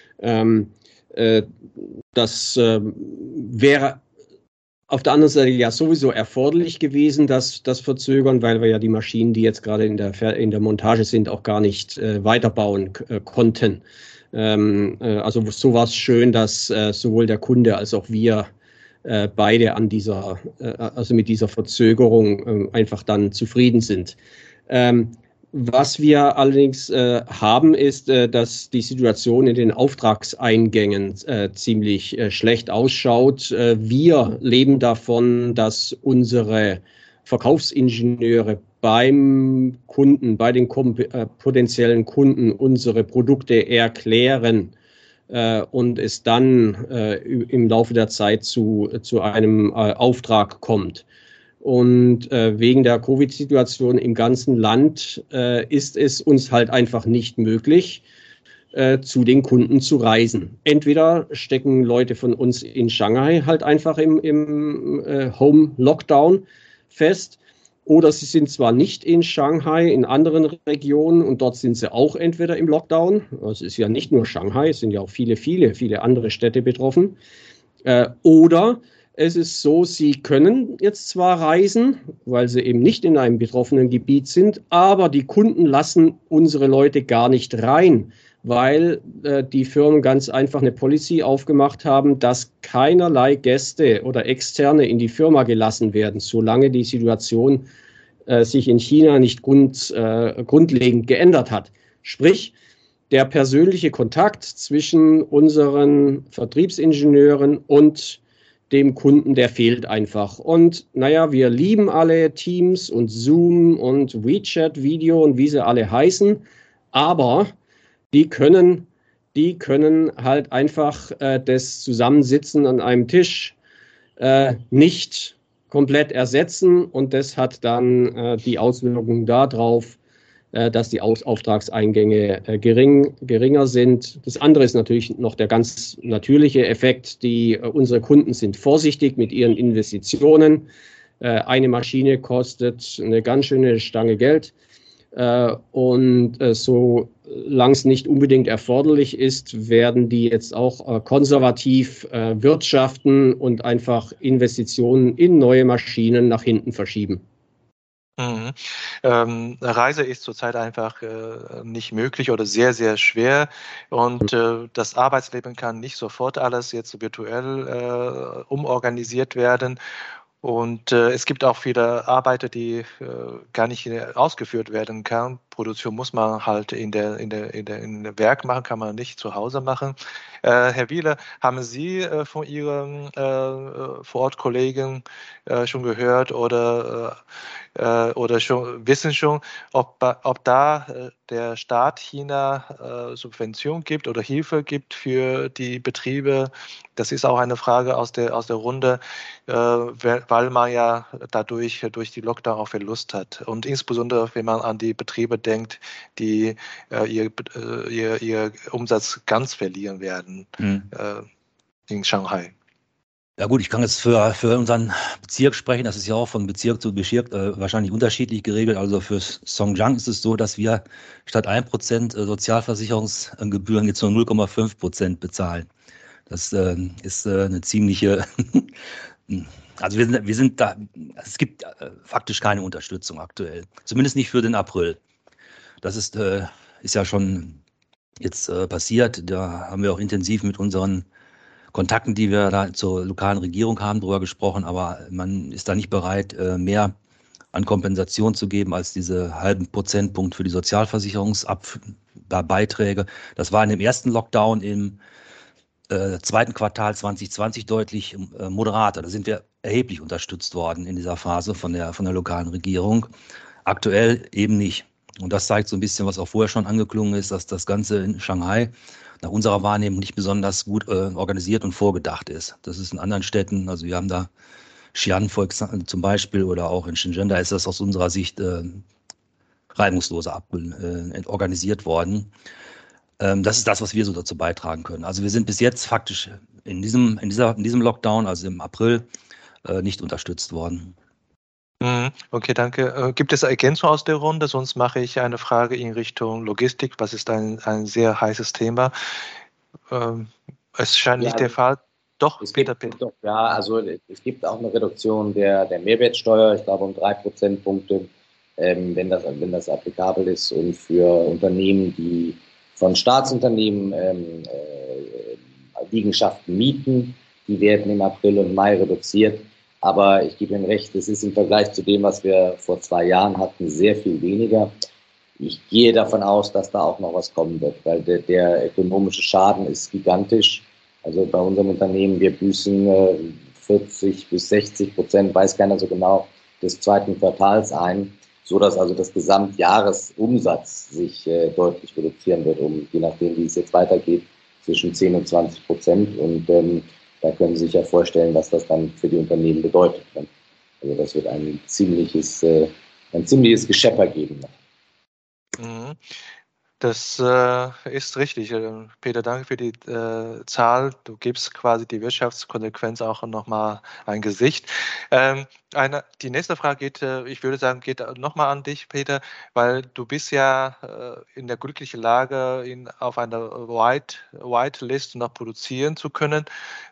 Das wäre auf der anderen Seite ja sowieso erforderlich gewesen, das Verzögern, weil wir ja die Maschinen, die jetzt gerade in der Montage sind, auch gar nicht weiterbauen konnten. Also so war es schön, dass sowohl der Kunde als auch wir beide also mit dieser Verzögerung einfach dann zufrieden sind. Was wir allerdings haben, ist, dass die Situation in den Auftragseingängen ziemlich schlecht ausschaut. Wir leben davon, dass unsere Verkaufsingenieure beim Kunden, bei den potenziellen Kunden unsere Produkte erklären und es dann im Laufe der Zeit zu einem Auftrag kommt. Und wegen der Covid-Situation im ganzen Land ist es uns halt einfach nicht möglich, zu den Kunden zu reisen. Entweder stecken Leute von uns in Shanghai halt einfach im Home-Lockdown fest, oder sie sind zwar nicht in Shanghai, in anderen Regionen, und dort sind sie auch entweder im Lockdown. Also es ist ja nicht nur Shanghai, es sind ja auch viele andere Städte betroffen. Oder es ist so, sie können jetzt zwar reisen, weil sie eben nicht in einem betroffenen Gebiet sind, aber die Kunden lassen unsere Leute gar nicht rein, weil die Firmen ganz einfach eine Policy aufgemacht haben, dass keinerlei Gäste oder Externe in die Firma gelassen werden, solange die Situation sich in China nicht grundlegend geändert hat. Sprich, der persönliche Kontakt zwischen unseren Vertriebsingenieuren und dem Kunden, der fehlt einfach. Und naja, wir lieben alle Teams und Zoom und WeChat-Video und wie sie alle heißen, aber die können halt einfach das Zusammensitzen an einem Tisch nicht komplett ersetzen, und das hat dann die Auswirkungen darauf, dass die Auftragseingänge geringer sind. Das andere ist natürlich noch der ganz natürliche Effekt. Unsere Kunden sind vorsichtig mit ihren Investitionen. Eine Maschine kostet eine ganz schöne Stange Geld. Und solange es nicht unbedingt erforderlich ist, werden die jetzt auch konservativ wirtschaften und einfach Investitionen in neue Maschinen nach hinten verschieben. Reise ist zurzeit einfach nicht möglich oder sehr, sehr schwer, und das Arbeitsleben kann nicht sofort alles jetzt virtuell umorganisiert werden. Und es gibt auch viele Arbeiten, die gar nicht ausgeführt werden kann. Produktion muss man halt in der Werk machen, kann man nicht zu Hause machen. Herr Wieler, haben Sie von Ihren Vorortkollegen schon gehört oder wissen schon, ob da der Staat China Subvention gibt oder Hilfe gibt für die Betriebe? Das ist auch eine Frage aus der Runde, weil man ja dadurch durch die Lockdown auch Verlust hat. Und insbesondere, wenn man an die Betriebe denkt, die ihr Umsatz ganz verlieren werden in Shanghai. Ja gut, ich kann jetzt für unseren Bezirk sprechen. Das ist ja auch von Bezirk zu Bezirk wahrscheinlich unterschiedlich geregelt. Also für Songjiang ist es so, dass wir statt 1% Sozialversicherungsgebühren jetzt nur 0,5% bezahlen. Das ist eine ziemliche Also wir sind da, es gibt faktisch keine Unterstützung aktuell, zumindest nicht für den April. Das ist ja schon jetzt passiert. Da haben wir auch intensiv mit unseren Kontakten, die wir da zur lokalen Regierung haben, drüber gesprochen, aber man ist da nicht bereit, mehr an Kompensation zu geben als diese halben Prozentpunkt für die Sozialversicherungsbeiträge. Das war in dem ersten Lockdown im zweiten Quartal 2020 deutlich moderater. Da sind wir erheblich unterstützt worden in dieser Phase von der lokalen Regierung. Aktuell eben nicht. Und das zeigt so ein bisschen, was auch vorher schon angeklungen ist, dass das Ganze in Shanghai nach unserer Wahrnehmung nicht besonders gut organisiert und vorgedacht ist. Das ist in anderen Städten, also wir haben da Xi'an zum Beispiel oder auch in Shenzhen, da ist das aus unserer Sicht reibungsloser organisiert worden. Das ist das, was wir so dazu beitragen können. Also wir sind bis jetzt faktisch in diesem Lockdown, also im April, nicht unterstützt worden. Okay, danke. Gibt es Ergänzungen aus der Runde? Sonst mache ich eine Frage in Richtung Logistik. Was ist ein sehr heißes Thema? Es scheint nicht der Fall. Doch, Peter. Doch, ja, also es gibt auch eine Reduktion der Mehrwertsteuer, ich glaube um 3 Prozentpunkte, wenn das applikabel ist. Und für Unternehmen, die von Staatsunternehmen Liegenschaften mieten, die werden im April und Mai reduziert. Aber ich gebe Ihnen recht, es ist im Vergleich zu dem, was wir vor 2 Jahren hatten, sehr viel weniger. Ich gehe davon aus, dass da auch noch was kommen wird, weil der ökonomische Schaden ist gigantisch. Also bei unserem Unternehmen, wir büßen 40 bis 60%, weiß keiner so genau, des zweiten Quartals ein, sodass also das Gesamtjahresumsatz sich deutlich reduzieren wird, je nachdem, wie es jetzt weitergeht, zwischen 10 und 20%. Und da können Sie sich ja vorstellen, was das dann für die Unternehmen bedeutet. Also das wird ein ziemliches Geschepper geben. Das ist richtig. Peter, danke für die Zahl. Du gibst quasi die Wirtschaftskonsequenz auch nochmal ein Gesicht. Die nächste Frage geht, ich würde sagen, geht nochmal an dich, Peter, weil du bist ja in der glücklichen Lage, auf einer Whitelist noch produzieren zu können.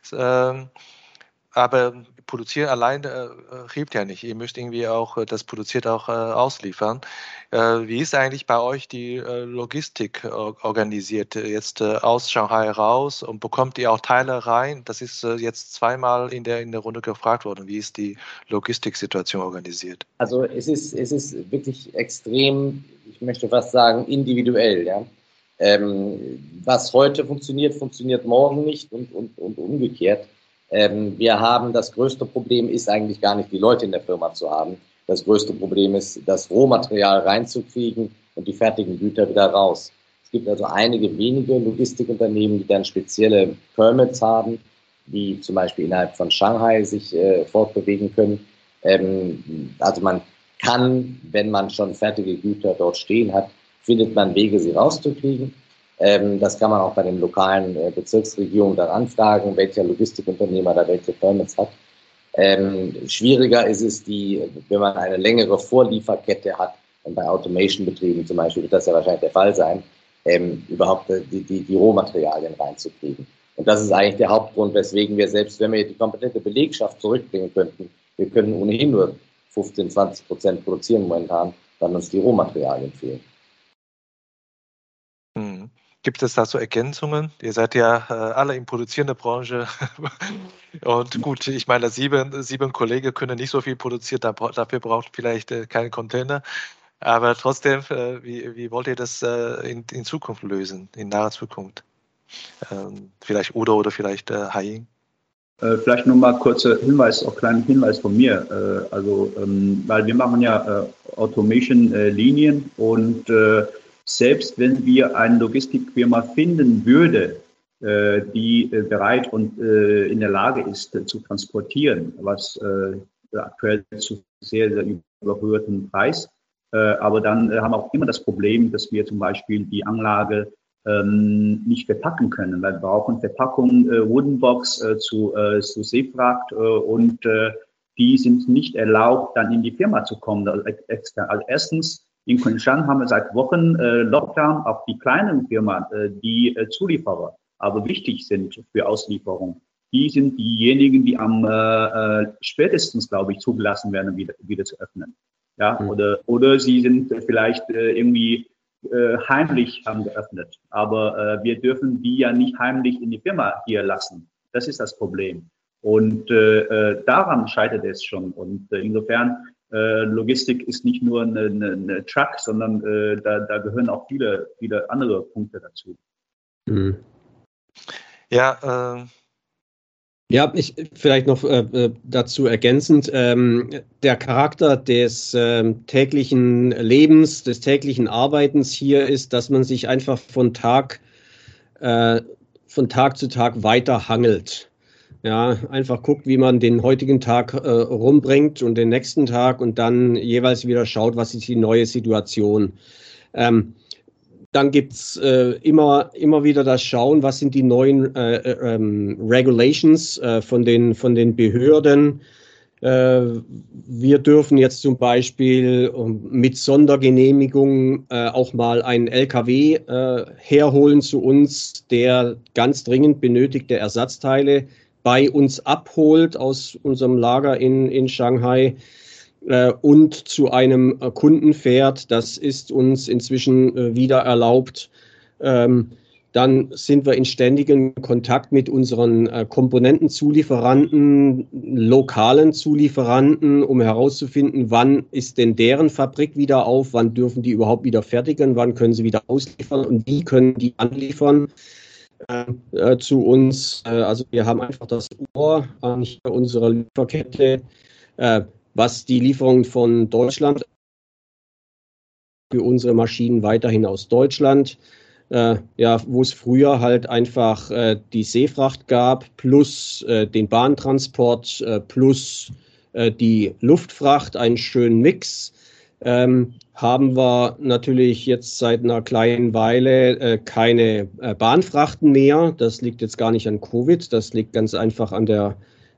Aber produzieren allein hilft ja nicht. Ihr müsst irgendwie auch das produziert auch ausliefern. Wie ist eigentlich bei euch die Logistik organisiert? Jetzt aus Shanghai raus und bekommt ihr auch Teile rein? Das ist jetzt zweimal in der Runde gefragt worden. Wie ist die Logistiksituation organisiert? Also es ist wirklich extrem, ich möchte fast sagen, individuell. Ja? Was heute funktioniert, funktioniert morgen nicht und umgekehrt. Wir haben das größte Problem ist eigentlich gar nicht, die Leute in der Firma zu haben. Das größte Problem ist, das Rohmaterial reinzukriegen und die fertigen Güter wieder raus. Es gibt also einige wenige Logistikunternehmen, die dann spezielle Permits haben, die zum Beispiel innerhalb von Shanghai sich fortbewegen können. Also man kann, wenn man schon fertige Güter dort stehen hat, findet man Wege, sie rauszukriegen. Das kann man auch bei den lokalen Bezirksregierungen dann anfragen, welcher Logistikunternehmer da welche Permits hat. Schwieriger ist es, wenn man eine längere Vorlieferkette hat, und bei Automation-Betrieben zum Beispiel wird das ja wahrscheinlich der Fall sein, überhaupt die Rohmaterialien reinzukriegen. Und das ist eigentlich der Hauptgrund, weswegen wir selbst, wenn wir die komplette Belegschaft zurückbringen könnten, wir können ohnehin nur 15-20% produzieren momentan, dann uns die Rohmaterialien fehlen. Gibt es dazu Ergänzungen? Ihr seid ja alle in produzierender Branche. Und gut, ich meine, sieben Kollegen können nicht so viel produzieren, dafür braucht vielleicht keine Container. Aber trotzdem, wie wollt ihr das in Zukunft lösen, in naher Zukunft? Vielleicht Udo oder vielleicht Haiying? Vielleicht nur mal kleinen Hinweis von mir. Weil wir machen ja Automation-Linien und selbst wenn wir eine Logistikfirma finden würde, die bereit und in der Lage ist zu transportieren, was aktuell zu sehr, sehr überhöhtem Preis. Aber dann haben wir auch immer das Problem, dass wir zum Beispiel die Anlage nicht verpacken können, weil wir brauchen Verpackung, Woodenbox zu Seefracht und die sind nicht erlaubt, dann in die Firma zu kommen, also extern. Also erstens, in Kunshan haben wir seit Wochen Lockdown auf die kleinen Firmen, die Zulieferer, aber wichtig sind für Auslieferung. die sind diejenigen, die am spätestens, glaube ich, zugelassen werden, wieder zu öffnen. Ja, oder sie sind vielleicht irgendwie heimlich haben geöffnet. Aber wir dürfen die ja nicht heimlich in die Firma hier lassen. Das ist das Problem. Und daran scheitert es schon. Und insofern, Logistik ist nicht nur eine Truck, sondern da gehören auch viele andere Punkte dazu. Mhm. Ja, Ja, ich vielleicht noch dazu ergänzend, der Charakter des täglichen Lebens, des täglichen Arbeitens hier ist, dass man sich einfach von Tag zu Tag weiter hangelt. Ja, einfach guckt, wie man den heutigen Tag rumbringt und den nächsten Tag und dann jeweils wieder schaut, was ist die neue Situation. Dann gibt es immer wieder das Schauen, was sind die neuen Regulations von den Behörden. Wir dürfen jetzt zum Beispiel mit Sondergenehmigung auch mal einen LKW herholen zu uns, der ganz dringend benötigte Ersatzteile bei uns abholt aus unserem Lager in Shanghai. Und zu einem Kunden fährt. Das ist uns inzwischen wieder erlaubt. Dann sind wir in ständigem Kontakt mit unseren Komponentenzulieferanten, lokalen Zulieferanten, um herauszufinden, wann ist denn deren Fabrik wieder auf, wann dürfen die überhaupt wieder fertigen, wann können sie wieder ausliefern und wie können die anliefern zu uns. Also wir haben einfach das Ohr an unserer Lieferkette, was die Lieferung von Deutschland für unsere Maschinen weiterhin aus Deutschland, wo es früher halt einfach die Seefracht gab, plus den Bahntransport, plus die Luftfracht, einen schönen Mix, haben wir natürlich jetzt seit einer kleinen Weile keine Bahnfrachten mehr. Das liegt jetzt gar nicht an Covid, das liegt ganz einfach an der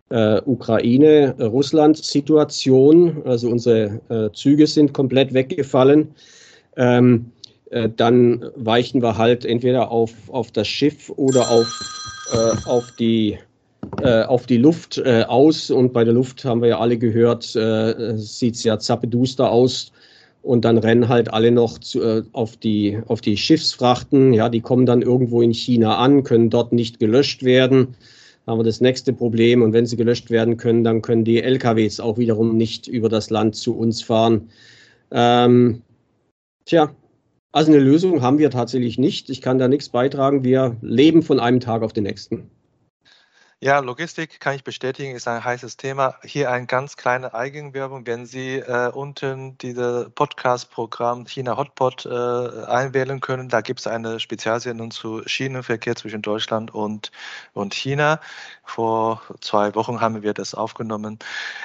Ukraine-Russland-Situation, also unsere Züge sind komplett weggefallen. Dann weichen wir halt entweder auf das Schiff oder auf die Luft aus. Und bei der Luft haben wir ja alle gehört, sieht es ja zappeduster aus. Und dann rennen halt alle noch auf die Schiffsfrachten. Ja, die kommen dann irgendwo in China an, können dort nicht gelöscht werden. Haben wir das nächste Problem. Und wenn sie gelöscht werden können, dann können die LKWs auch wiederum nicht über das Land zu uns fahren. Also eine Lösung haben wir tatsächlich nicht. Ich kann da nichts beitragen. Wir leben von einem Tag auf den nächsten. Ja, Logistik kann ich bestätigen, ist ein heißes Thema. Hier eine ganz kleine Eigenwerbung. Wenn Sie unten dieses Podcast-Programm China Hotpot einwählen können, da gibt es eine Spezialsendung zu Schienenverkehr zwischen Deutschland und China. Vor 2 Wochen haben wir das aufgenommen.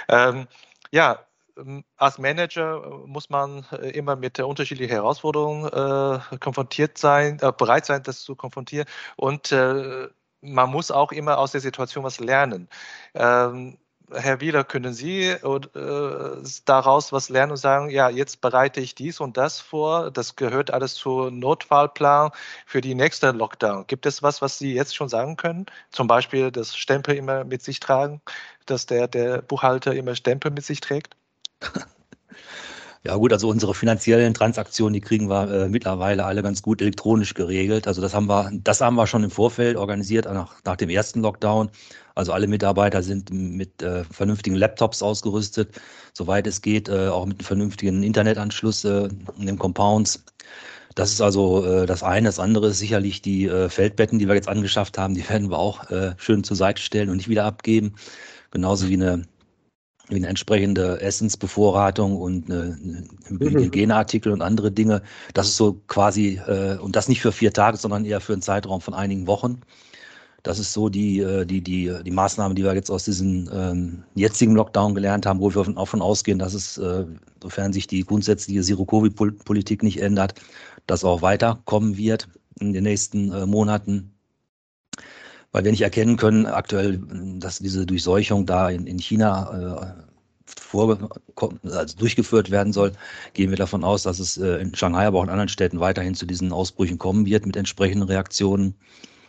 Als Manager muss man immer mit unterschiedlichen Herausforderungen bereit sein, das zu konfrontieren. Und man muss auch immer aus der Situation was lernen. Herr Wieler, können Sie daraus was lernen und sagen, ja, jetzt bereite ich dies und das vor, das gehört alles zu Notfallplan für die nächste Lockdown. Gibt es was Sie jetzt schon sagen können? Zum Beispiel das Stempel immer mit sich tragen, dass der Buchhalter immer Stempel mit sich trägt? Ja gut, also unsere finanziellen Transaktionen, die kriegen wir mittlerweile alle ganz gut elektronisch geregelt. Also das haben wir schon im Vorfeld organisiert, nach dem ersten Lockdown. Also alle Mitarbeiter sind mit vernünftigen Laptops ausgerüstet, soweit es geht, auch mit einem vernünftigen Internetanschluss in den Compounds. Das ist also das eine. Das andere ist sicherlich die Feldbetten, die wir jetzt angeschafft haben. Die werden wir auch schön zur Seite stellen und nicht wieder abgeben. Genauso wie eine entsprechende Essensbevorratung und Hygieneartikel und andere Dinge. Das ist so quasi, und das nicht für 4 Tage, sondern eher für einen Zeitraum von einigen Wochen. Das ist so die Maßnahme, die wir jetzt aus diesem jetzigen Lockdown gelernt haben, wo wir davon ausgehen, dass es, sofern sich die grundsätzliche Zero-Covid-Politik nicht ändert, das auch weiterkommen wird in den nächsten Monaten. Weil wir nicht erkennen können aktuell, dass diese Durchseuchung da in China durchgeführt werden soll, gehen wir davon aus, dass es in Shanghai, aber auch in anderen Städten weiterhin zu diesen Ausbrüchen kommen wird mit entsprechenden Reaktionen.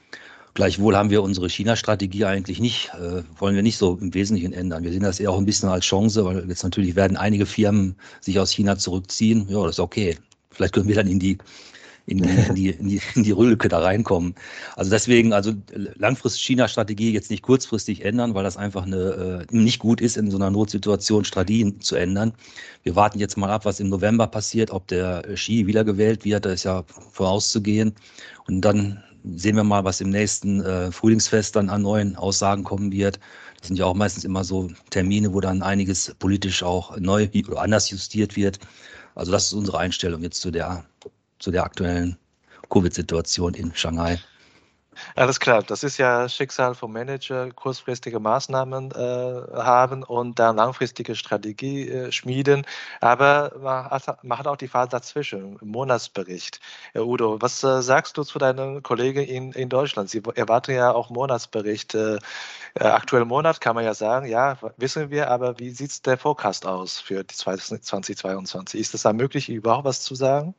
Gleichwohl haben wir unsere China-Strategie eigentlich nicht, wollen wir nicht so im Wesentlichen ändern. Wir sehen das eher auch ein bisschen als Chance, weil jetzt natürlich werden einige Firmen sich aus China zurückziehen. Ja, das ist okay. Vielleicht können wir dann in die Rülke da reinkommen. Also deswegen, also langfristig China-Strategie jetzt nicht kurzfristig ändern, weil das einfach nicht gut ist, in so einer Notsituation Strategien zu ändern. Wir warten jetzt mal ab, was im November passiert, ob der Xi wiedergewählt wird, da ist ja vorauszugehen. Und dann sehen wir mal, was im nächsten Frühlingsfest dann an neuen Aussagen kommen wird. Das sind ja auch meistens immer so Termine, wo dann einiges politisch auch neu oder anders justiert wird. Also das ist unsere Einstellung jetzt zu der aktuellen Covid-Situation in Shanghai. Alles klar, das ist ja Schicksal vom Manager, kurzfristige Maßnahmen haben und dann langfristige Strategie schmieden. Aber man hat auch die Phase dazwischen, im Monatsbericht. Udo, was sagst du zu deinen Kollegen in Deutschland? Sie erwarten ja auch Monatsbericht. Aktuellen Monat kann man ja sagen, ja, wissen wir, aber wie sieht der Forecast aus für die 2022? Ist es da möglich, überhaupt was zu sagen?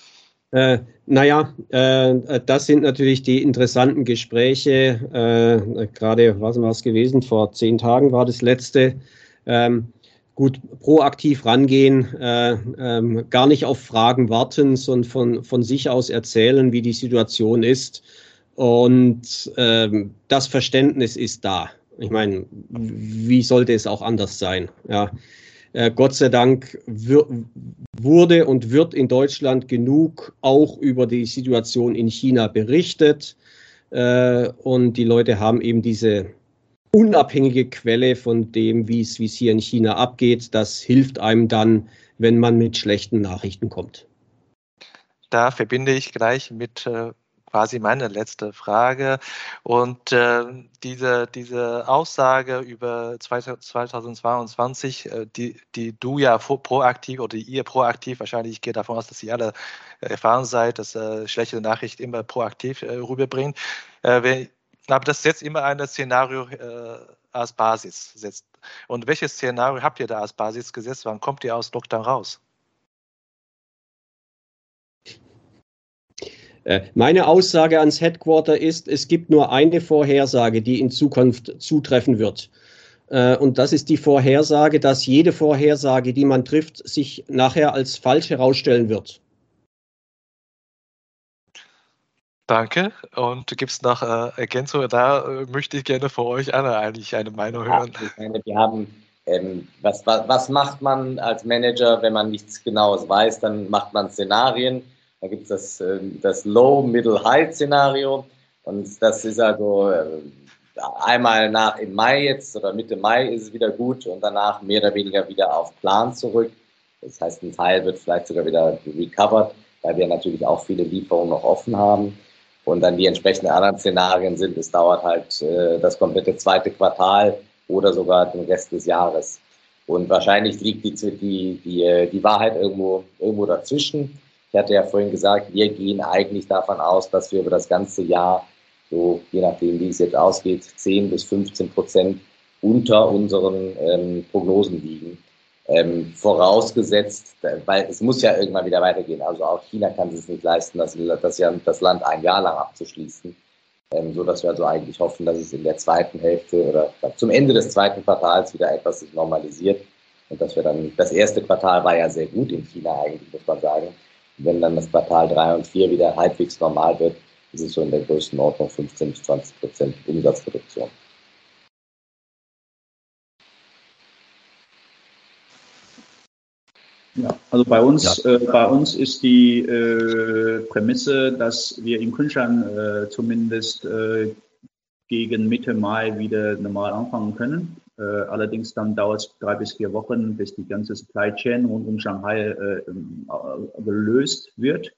Das sind natürlich die interessanten Gespräche. Gerade, was war es gewesen? Vor 10 Tagen war das letzte. Gut, proaktiv rangehen, gar nicht auf Fragen warten, sondern von sich aus erzählen, wie die Situation ist. Und das Verständnis ist da. Ich meine, wie sollte es auch anders sein? Ja. Gott sei Dank wurde und wird in Deutschland genug auch über die Situation in China berichtet. Und die Leute haben eben diese unabhängige Quelle von dem, wie es hier in China abgeht. Das hilft einem dann, wenn man mit schlechten Nachrichten kommt. Da verbinde ich gleich mit quasi meine letzte Frage. Und diese Aussage über 2022, die du ja proaktiv oder ihr proaktiv, wahrscheinlich, ich gehe davon aus, dass ihr alle erfahren seid, dass schlechte Nachrichten immer proaktiv rüberbringt. Aber das setzt immer ein Szenario als Basis. Und welches Szenario habt ihr da als Basis gesetzt? Wann kommt ihr aus Lockdown raus? Meine Aussage ans Headquarter ist, es gibt nur eine Vorhersage, die in Zukunft zutreffen wird. Und das ist die Vorhersage, dass jede Vorhersage, die man trifft, sich nachher als falsch herausstellen wird. Danke. Und gibt es noch Ergänzungen? Da möchte ich gerne von euch alle eigentlich eine Meinung hören. Ich meine, wir haben, was macht man als Manager, wenn man nichts Genaues weiß? Dann macht man Szenarien. Da gibt es das Low, Middle, High-Szenario. Und das ist also einmal im Mai jetzt oder Mitte Mai ist es wieder gut und danach mehr oder weniger wieder auf Plan zurück. Das heißt, ein Teil wird vielleicht sogar wieder recovered, weil wir natürlich auch viele Lieferungen noch offen haben. Und dann die entsprechenden anderen Szenarien sind, es dauert halt das komplette zweite Quartal oder sogar den Rest des Jahres. Und wahrscheinlich liegt die Wahrheit irgendwo dazwischen. Ich hatte ja vorhin gesagt, wir gehen eigentlich davon aus, dass wir über das ganze Jahr, so je nachdem, wie es jetzt ausgeht, 10-15% unter unseren Prognosen liegen. Vorausgesetzt, weil es muss ja irgendwann wieder weitergehen. Also auch China kann es nicht leisten, das Land ein Jahr lang abzuschließen. So dass wir also eigentlich hoffen, dass es in der zweiten Hälfte oder zum Ende des zweiten Quartals wieder etwas sich normalisiert. Und dass wir dann, das erste Quartal war ja sehr gut in China eigentlich, muss man sagen. Wenn dann das Quartal 3 und 4 wieder halbwegs normal wird, ist es so in der Größenordnung 15-20% Umsatzreduktion. Ja, also bei uns ist die Prämisse, dass wir in Kunshan zumindest gegen Mitte Mai wieder normal anfangen können. Allerdings dann dauert es 3 bis 4 Wochen, bis die ganze Supply Chain rund um Shanghai gelöst wird.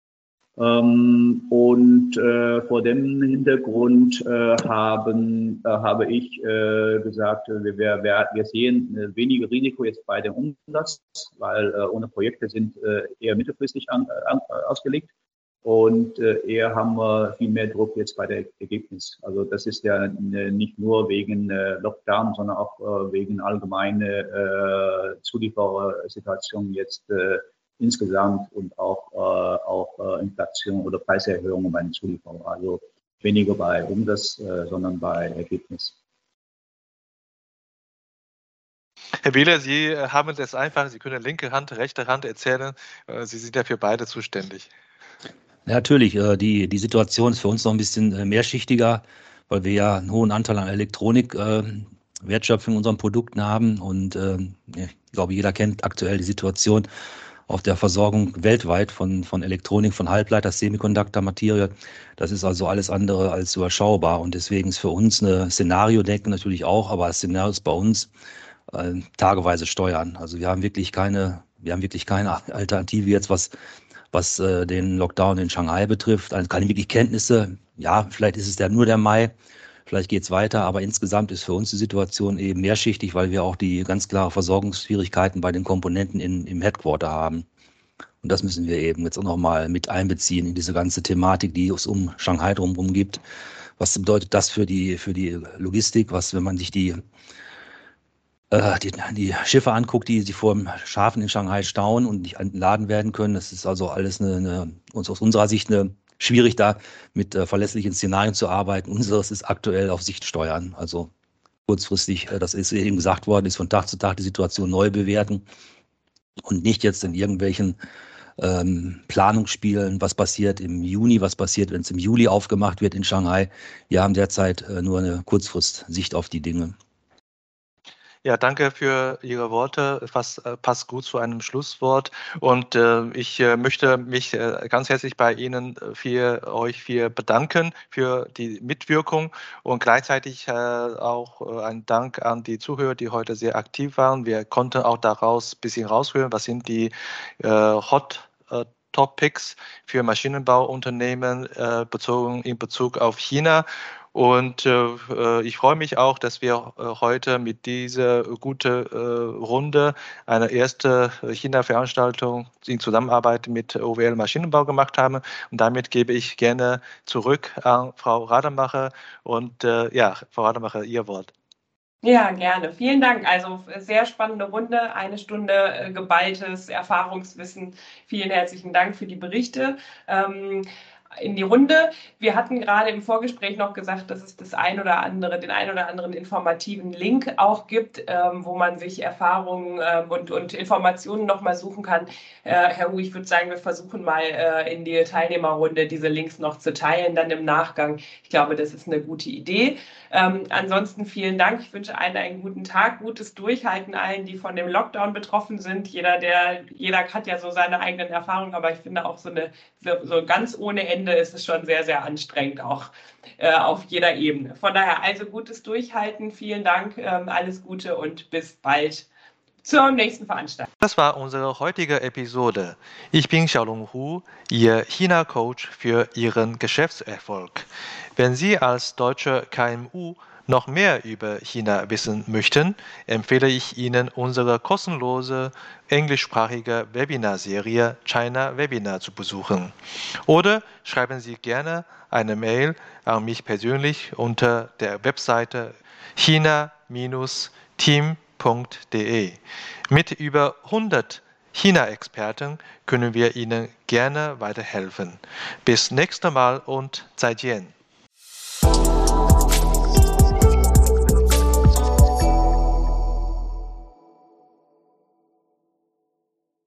Vor dem Hintergrund habe ich gesagt, wir sehen weniger Risiko jetzt bei dem Umsatz, weil unsere Projekte sind eher mittelfristig ausgelegt und eher haben wir viel mehr Druck jetzt bei der Ergebnis. Also das ist ja nicht nur wegen Lockdown, sondern auch wegen allgemeine Zulieferersituation jetzt insgesamt und auch Inflation oder Preiserhöhungen bei den Zulieferern. Also weniger bei Umsatz, sondern bei Ergebnis. Herr Wieler, Sie haben es einfach, Sie können linke Hand, rechte Hand erzählen. Sie sind ja für beide zuständig. Ja, natürlich, die Situation ist für uns noch ein bisschen mehrschichtiger, weil wir ja einen hohen Anteil an Elektronik Wertschöpfung in unseren Produkten haben. Und ich glaube, jeder kennt aktuell die Situation auf der Versorgung weltweit von Elektronik, von Halbleiter, Semiconductor, Materie. Das ist also alles andere als überschaubar. Und deswegen ist für uns eine Szenario-Denken natürlich auch, aber das Szenario ist bei uns tageweise steuern. Also wir haben wirklich keine Alternative jetzt, was den Lockdown in Shanghai betrifft. Also keine wirklich Kenntnisse. Ja, vielleicht ist es nur der Mai, vielleicht geht es weiter, aber insgesamt ist für uns die Situation eben mehrschichtig, weil wir auch die ganz klare Versorgungsschwierigkeiten bei den Komponenten im Headquarter haben. Und das müssen wir eben jetzt auch nochmal mit einbeziehen in diese ganze Thematik, die es um Shanghai drumherum gibt. Was bedeutet das für die Logistik? Wenn man sich die Schiffe anguckt, die vor dem Hafen in Shanghai stauen und nicht entladen werden können. Das ist also alles aus unserer Sicht schwierig, da mit verlässlichen Szenarien zu arbeiten. Unseres ist aktuell auf Sicht steuern. Also kurzfristig, das ist eben gesagt worden, ist von Tag zu Tag die Situation neu bewerten und nicht jetzt in irgendwelchen Planungsspielen, was passiert im Juni, was passiert, wenn es im Juli aufgemacht wird in Shanghai. Wir haben derzeit nur eine Kurzfristsicht auf die Dinge. Ja, danke für Ihre Worte. Passt gut zu einem Schlusswort. Und ich möchte mich ganz herzlich bei Ihnen euch bedanken für die Mitwirkung und gleichzeitig auch ein Dank an die Zuhörer, die heute sehr aktiv waren. Wir konnten auch daraus ein bisschen raushören, was sind die Hot Topics für Maschinenbauunternehmen in Bezug auf China. Und ich freue mich auch, dass wir heute mit dieser guten Runde eine erste China-Veranstaltung in Zusammenarbeit mit OWL Maschinenbau gemacht haben. Und damit gebe ich gerne zurück an Frau Rademacher. Und Frau Rademacher, Ihr Wort. Ja, gerne. Vielen Dank. Also sehr spannende Runde, 1 Stunde geballtes Erfahrungswissen. Vielen herzlichen Dank für die Berichte. In die Runde. Wir hatten gerade im Vorgespräch noch gesagt, dass es den ein oder anderen informativen Link auch gibt, wo man sich Erfahrungen und Informationen nochmal suchen kann. Herr Hu, ich würde sagen, wir versuchen mal in die Teilnehmerrunde diese Links noch zu teilen, dann im Nachgang. Ich glaube, das ist eine gute Idee. Ansonsten vielen Dank. Ich wünsche allen einen guten Tag, gutes Durchhalten allen, die von dem Lockdown betroffen sind. Jeder hat ja so seine eigenen Erfahrungen, aber ich finde auch so ganz ohne Ende ist es schon sehr, sehr anstrengend, auch auf jeder Ebene. Von daher also gutes Durchhalten, vielen Dank, alles Gute und bis bald zur nächsten Veranstaltung. Das war unsere heutige Episode. Ich bin Xiaolong Hu, Ihr China-Coach für Ihren Geschäftserfolg. Wenn Sie als deutsche KMU noch mehr über China wissen möchten, empfehle ich Ihnen unsere kostenlose englischsprachige Webinarserie China Webinar zu besuchen. Oder schreiben Sie gerne eine Mail an mich persönlich unter der Webseite china-team.de. Mit über 100 China-Experten können wir Ihnen gerne weiterhelfen. Bis nächstes Mal und 再见.